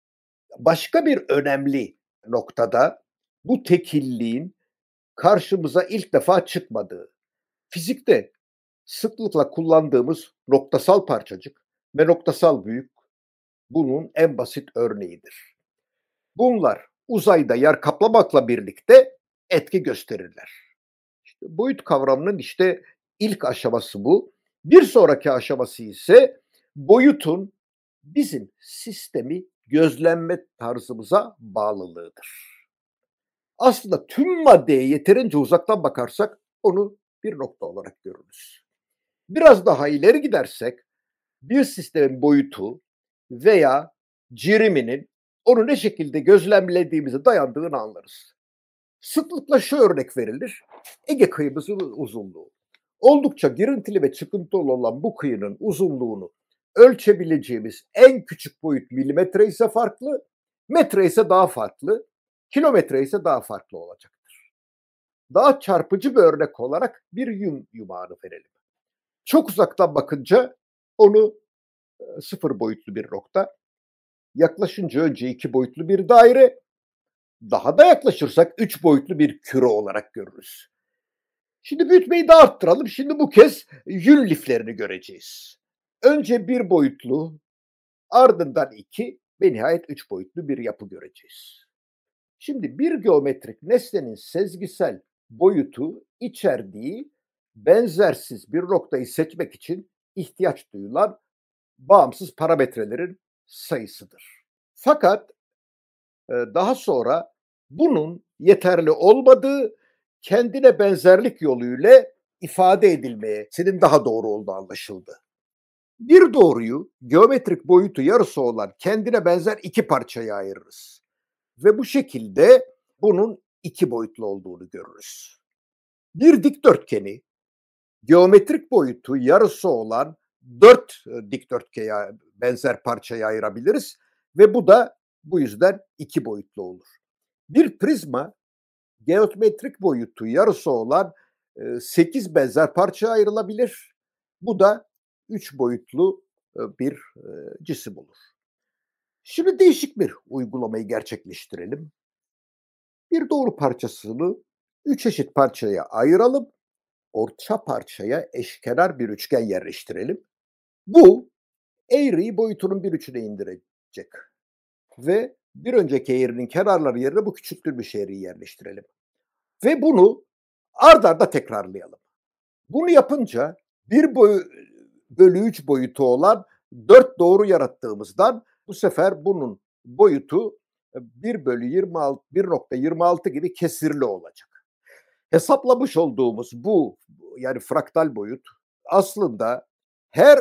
Başka bir önemli noktada bu tekilliğin karşımıza ilk defa çıkmadığı, fizikte sıklıkla kullandığımız noktasal parçacık ve noktasal büyük bunun en basit örneğidir. Bunlar uzayda yer kaplamakla birlikte etki gösterirler. İşte boyut kavramının işte ilk aşaması bu. Bir sonraki aşaması ise boyutun bizim sistemi gözlenme tarzımıza bağlılığıdır. Aslında tüm maddeye yeterince uzaktan bakarsak onu bir nokta olarak görürüz. Biraz daha ileri gidersek bir sistemin boyutu veya ciriminin onu ne şekilde gözlemlediğimize dayandığını anlarız. Sıklıkla şu örnek verilir. Ege kıyımızın uzunluğu. Oldukça girintili ve çıkıntılı olan bu kıyının uzunluğunu ölçebileceğimiz en küçük boyut milimetre ise farklı, metre ise daha farklı, kilometre ise daha farklı olacaktır. Daha çarpıcı bir örnek olarak bir yum yumağını verelim. Çok uzaktan bakınca onu e, sıfır boyutlu bir nokta, yaklaşınca önce iki boyutlu bir daire, daha da yaklaşırsak üç boyutlu bir küre olarak görürüz. Şimdi büyütmeyi de arttıralım. Şimdi bu kez yün liflerini göreceğiz. Önce bir boyutlu, ardından iki ve nihayet üç boyutlu bir yapı göreceğiz. Şimdi bir geometrik nesnenin sezgisel boyutu içerdiği benzersiz bir noktayı seçmek için ihtiyaç duyulan bağımsız parametrelerin sayısıdır. Fakat daha sonra bunun yeterli olmadığı, kendine benzerlik yoluyla ifade edilmesinin daha doğru olduğu anlaşıldı. Bir doğruyu geometrik boyutu yarısı olan kendine benzer iki parçaya ayırırız. Ve bu şekilde bunun iki boyutlu olduğunu görürüz. Bir dikdörtgeni geometrik boyutu yarısı olan dört dikdörtgene benzer parçaya ayırabiliriz ve bu da bu yüzden iki boyutlu olur. Bir prizma geometrik boyutu yarısı olan e, sekiz benzer parçaya ayrılabilir. Bu da üç boyutlu e, bir e, cisim olur. Şimdi değişik bir uygulamayı gerçekleştirelim. Bir doğru parçasını üç eşit parçaya ayıralım. Orta parçaya eşkenar bir üçgen yerleştirelim. Bu eğriyi boyutunun bir üçüne indirecek. Ve bir önceki eğrinin kenarları yerine bu küçültülmüş eğriyi yerleştirelim. Ve bunu ard arda tekrarlayalım. Bunu yapınca bir boy, bölü üç boyutu olan dört doğru yarattığımızdan bu sefer bunun boyutu bir bölü yirmi altı, bir nokta yirmi altı gibi kesirli olacak. Hesaplamış olduğumuz bu yani fraktal boyut aslında her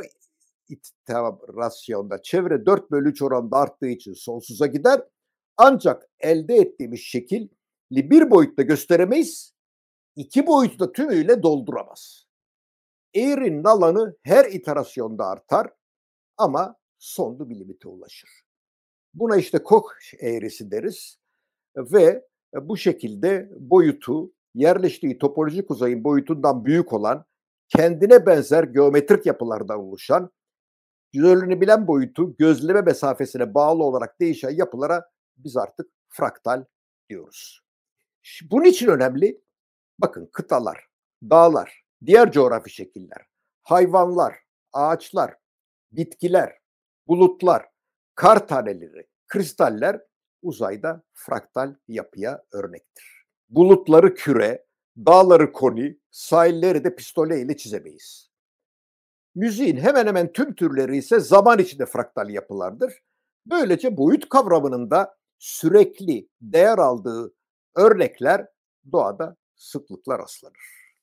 iterasyonda çevre dört bölü üç oranında arttığı için sonsuza gider. Ancak elde ettiğimiz şekilli bir boyutta gösteremeyiz, iki boyutu da tümüyle dolduramaz. Eğrinin alanı her iterasyonda artar ama sonlu bir limite ulaşır. Buna işte Koch eğrisi deriz ve bu şekilde boyutu yerleştiği topolojik uzayın boyutundan büyük olan, kendine benzer geometrik yapılardan oluşan, görünebilen boyutu gözleme mesafesine bağlı olarak değişen yapılara biz artık fraktal diyoruz. Bunun için önemli, bakın kıtalar, dağlar, diğer coğrafi şekiller, hayvanlar, ağaçlar, bitkiler, bulutlar, kar taneleri, kristaller uzayda fraktal yapıya örnektir. Bulutları küre, dağları koni, sahilleri de pistole ile çizemeyiz. Müziğin hemen hemen tüm türleri ise zaman içinde fraktal yapılardır. Böylece boyut kavramının da sürekli değer aldığı örnekler doğada sıklıkla rastlanır.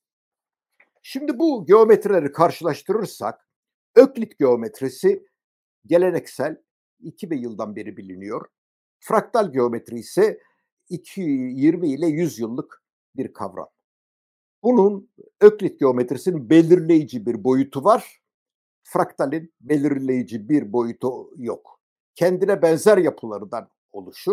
Şimdi bu geometrileri karşılaştırırsak, Öklit geometrisi geleneksel iki bin yıldan beri biliniyor. Fraktal geometri ise iki yüz yirmi ile yüz yıllık bir kavram. Bunun Öklit geometrisinin belirleyici bir boyutu var. Fraktalin belirleyici bir boyutu yok. Kendine benzer yapılardan oluşur.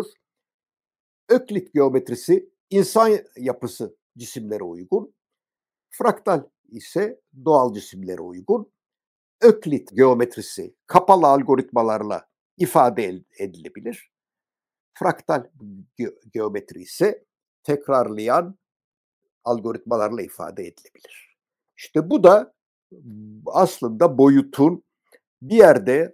Öklit geometrisi insan yapısı cisimlere uygun. Fraktal ise doğal cisimlere uygun. Öklit geometrisi kapalı algoritmalarla ifade edilebilir. Fraktal ge- geometri ise tekrarlayan algoritmalarla ifade edilebilir. İşte bu da aslında boyutun bir yerde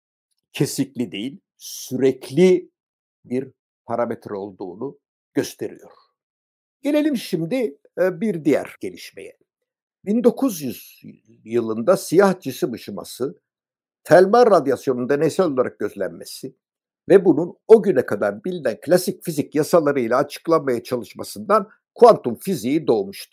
kesikli değil, sürekli bir parametre olduğunu gösteriyor. Gelelim şimdi bir diğer gelişmeye. bin dokuz yüz yılında siyah cisim ışıması, telmar radyasyonunun deneysel olarak gözlenmesi ve bunun o güne kadar bilinen klasik fizik yasalarıyla açıklanmaya çalışmasından kuantum fiziği doğmuştur.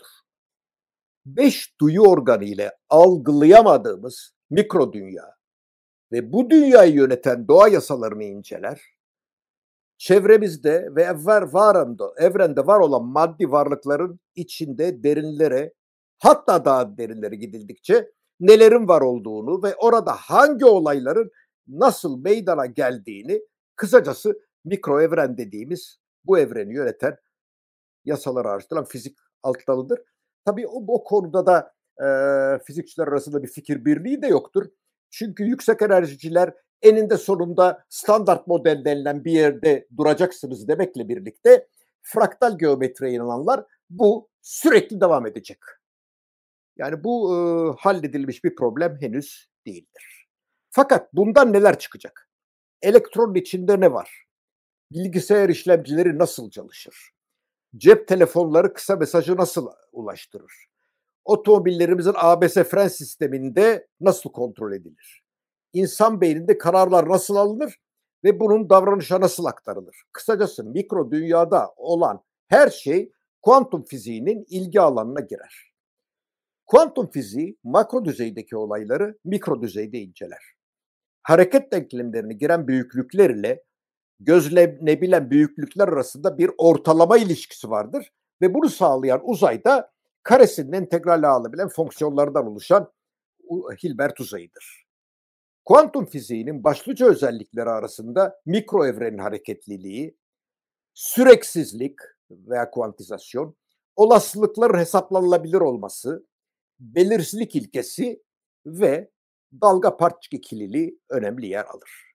Beş duyu organı ile algılayamadığımız mikro dünya ve bu dünyayı yöneten doğa yasalarını inceler, çevremizde ve evver varında, evrende var olan maddi varlıkların içinde derinlere, hatta daha derinlere gidildikçe nelerin var olduğunu ve orada hangi olayların nasıl meydana geldiğini, kısacası mikro evren dediğimiz bu evreni yöneten yasaları araştıran fizik alt dalıdır. Tabii o, o konuda da e, fizikçiler arasında bir fikir birliği de yoktur. Çünkü yüksek enerjiciler eninde sonunda standart model denilen bir yerde duracaksınız demekle birlikte fraktal geometriye inananlar bu sürekli devam edecek. Yani bu e, halledilmiş bir problem henüz değildir. Fakat bundan neler çıkacak? Elektronun içinde ne var? Bilgisayar işlemcileri nasıl çalışır? Cep telefonları kısa mesajı nasıl ulaştırır? Otomobillerimizin A B S fren sisteminde nasıl kontrol edilir? İnsan beyninde kararlar nasıl alınır ve bunun davranışa nasıl aktarılır? Kısacası mikro dünyada olan her şey kuantum fiziğinin ilgi alanına girer. Kuantum fiziği makro düzeydeki olayları mikro düzeyde inceler. Hareket denklemlerine giren büyüklükler ile gözlenebilen büyüklükler arasında bir ortalama ilişkisi vardır ve bunu sağlayan uzayda karesinin integrali alabilen fonksiyonlardan oluşan Hilbert uzayıdır. Kuantum fiziğinin başlıca özellikleri arasında mikro evrenin hareketliliği, süreksizlik veya kuantizasyon, olasılıkların hesaplanılabilir olması, belirsizlik ilkesi ve dalga parçacık ikililiği önemli yer alır.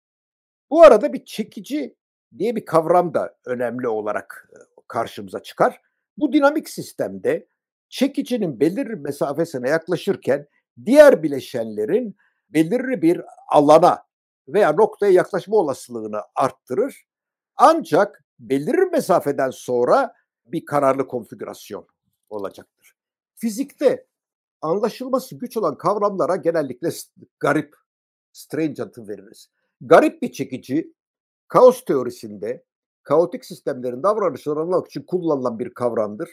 Bu arada bir çekici diye bir kavram da önemli olarak karşımıza çıkar. Bu dinamik sistemde çekicinin belirli mesafesine yaklaşırken diğer bileşenlerin belirli bir alana veya noktaya yaklaşma olasılığını arttırır. Ancak belirli mesafeden sonra bir kararlı konfigürasyon olacaktır. Fizikte anlaşılması güç olan kavramlara genellikle garip, strange adı veririz. Garip bir çekici, kaos teorisinde kaotik sistemlerin davranışlarını anlamak için kullanılan bir kavramdır.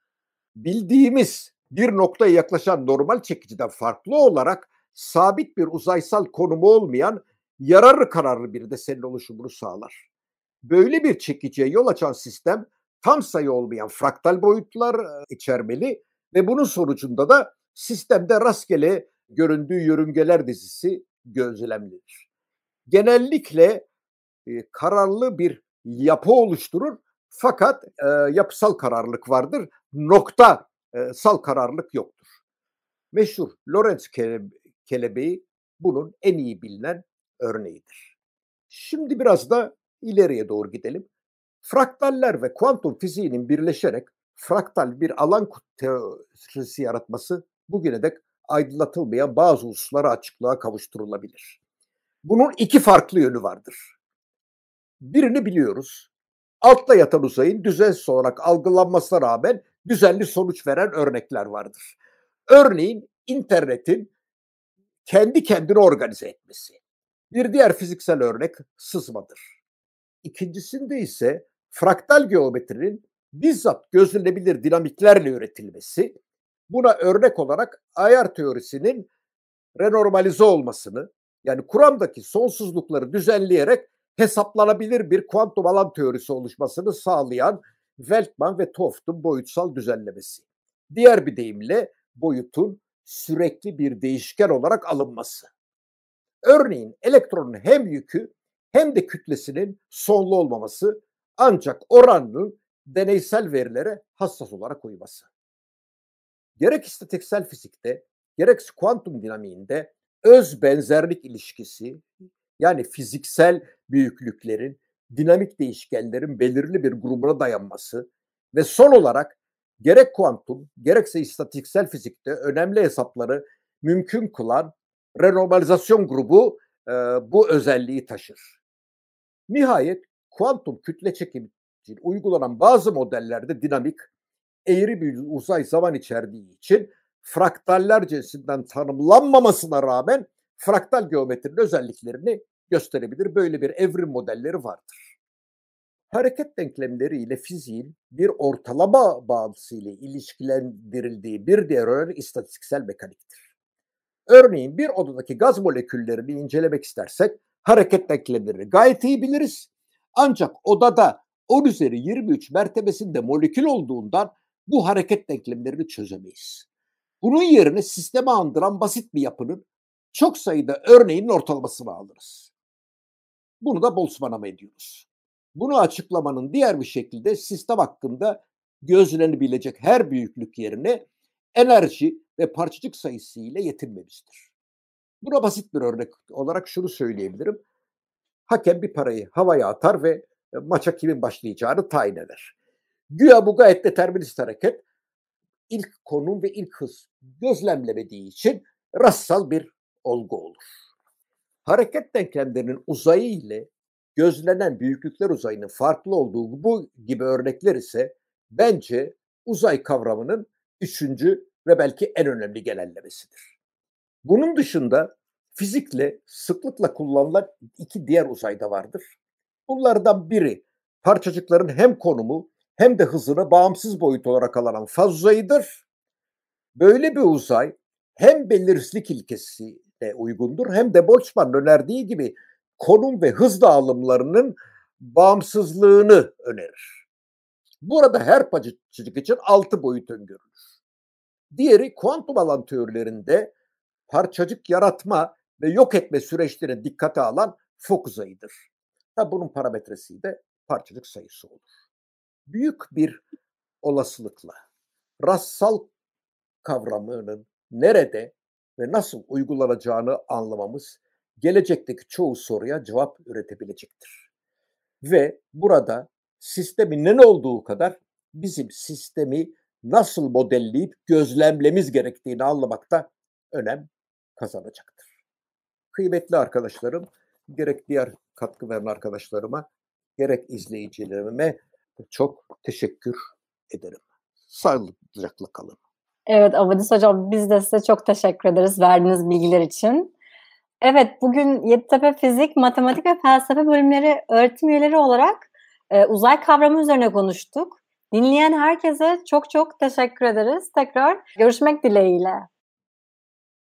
Bildiğimiz bir noktaya yaklaşan normal çekiciden farklı olarak sabit bir uzaysal konumu olmayan yararlı kararlı bir desenin oluşumunu sağlar. Böyle bir çekiciye yol açan sistem tam sayı olmayan fraktal boyutlar içermeli ve bunun sonucunda da sistemde rastgele göründüğü yörüngeler dizisi gözlemlenir. Genellikle e, kararlı bir yapı oluşturur fakat e, yapısal kararlılık vardır. Noktasal kararlılık yoktur. Meşhur Lorentz kele- kelebeği bunun en iyi bilinen örneğidir. Şimdi biraz da ileriye doğru gidelim. Fraktaller ve kuantum fiziğinin birleşerek fraktal bir alan teorisi yaratması bugüne dek aydınlatılmayan bazı hususlara açıklığa kavuşturulabilir. Bunun iki farklı yönü vardır. Birini biliyoruz. Altta yatan uzayın düzensiz olarak algılanmasına rağmen düzenli sonuç veren örnekler vardır. Örneğin internetin kendi kendini organize etmesi. Bir diğer fiziksel örnek sızmadır. İkincisinde ise fraktal geometrinin bizzat gözlenebilir dinamiklerle üretilmesi, buna örnek olarak ayar teorisinin renormalize olmasını, yani kuramdaki sonsuzlukları düzenleyerek hesaplanabilir bir kuantum alan teorisi oluşmasını sağlayan Weltman ve Toft'un boyutsal düzenlemesi. Diğer bir deyimle boyutun sürekli bir değişken olarak alınması. Örneğin elektronun hem yükü hem de kütlesinin sonlu olmaması, ancak oranının deneysel verilere hassas olarak uyması. Gerek istatistiksel fizikte, gerekse kuantum dinamiğinde öz benzerlik ilişkisi, yani fiziksel büyüklüklerin, dinamik değişkenlerin belirli bir grubuna dayanması ve son olarak gerek kuantum gerekse istatistiksel fizikte önemli hesapları mümkün kılan renormalizasyon grubu e, bu özelliği taşır. Nihayet kuantum kütle çekimi için uygulanan bazı modellerde dinamik, eğri bir uzay zaman içerdiği için fraktaller cinsinden tanımlanmamasına rağmen fraktal geometrinin özelliklerini gösterebilir. Böyle bir evrim modelleri vardır. Hareket denklemleri ile fiziğin bir ortalama bağıntısı ile ilişkilendirildiği bir diğer örnek istatistiksel mekaniktir. Örneğin bir odadaki gaz moleküllerini incelemek istersek hareket denklemlerini gayet iyi biliriz. Ancak odada on üzeri yirmi üç mertebesinde molekül olduğundan bu hareket denklemlerini çözemeyiz. Bunun yerine sistemi andıran basit bir yapının çok sayıda örneğinin ortalamasını alırız. Bunu da Boltzmann'a ediyoruz. Bunu açıklamanın diğer bir şekilde sistem hakkında gözlenebilecek her büyüklük yerine enerji ve parçacık sayısı ile yetinmemizdir. Buna basit bir örnek olarak şunu söyleyebilirim. Hakem bir parayı havaya atar ve maça kimin başlayacağını tayin eder. Güya bu gayet determinist hareket, ilk konum ve ilk hız gözlemlemediği için rastsal bir olgu olur. Hareket denklemlerinin uzayı ile gözlenen büyüklükler uzayının farklı olduğu bu gibi örnekler ise bence uzay kavramının üçüncü ve belki en önemli genellemesidir. Bunun dışında fizikle sıklıkla kullanılan iki diğer uzay da vardır. Bunlardan biri parçacıkların hem konumu hem de hızını bağımsız boyut olarak alan faz uzayıdır. Böyle bir uzay hem belirsizlik ilkesine uygundur hem de Boltzmann'ın önerdiği gibi konum ve hız dağılımlarının bağımsızlığını önerir. Burada her parçacık için altı boyut öngörülür. Diğeri kuantum alan teorilerinde parçacık yaratma ve yok etme süreçlerini dikkate alan Fock uzayıdır. Ha, bunun parametresi de parçacık sayısı olur. Büyük bir olasılıkla rastsal kavramının nerede ve nasıl uygulanacağını anlamamız gelecekteki çoğu soruya cevap üretebilecektir. Ve burada sistemin ne olduğu kadar bizim sistemi nasıl modelleyip gözlemlemiz gerektiğini anlamakta önem kazanacaktır. Kıymetli arkadaşlarım, gerek diğer katkı veren arkadaşlarıma, gerek izleyicilerime çok teşekkür ederim. Sağlıcakla kalın. Evet Avadis Hocam, biz de size çok teşekkür ederiz verdiğiniz bilgiler için. Evet, bugün Yeditepe Fizik, Matematik ve Felsefe bölümleri öğretim üyeleri olarak e, uzay kavramı üzerine konuştuk. Dinleyen herkese çok çok teşekkür ederiz. Tekrar görüşmek dileğiyle.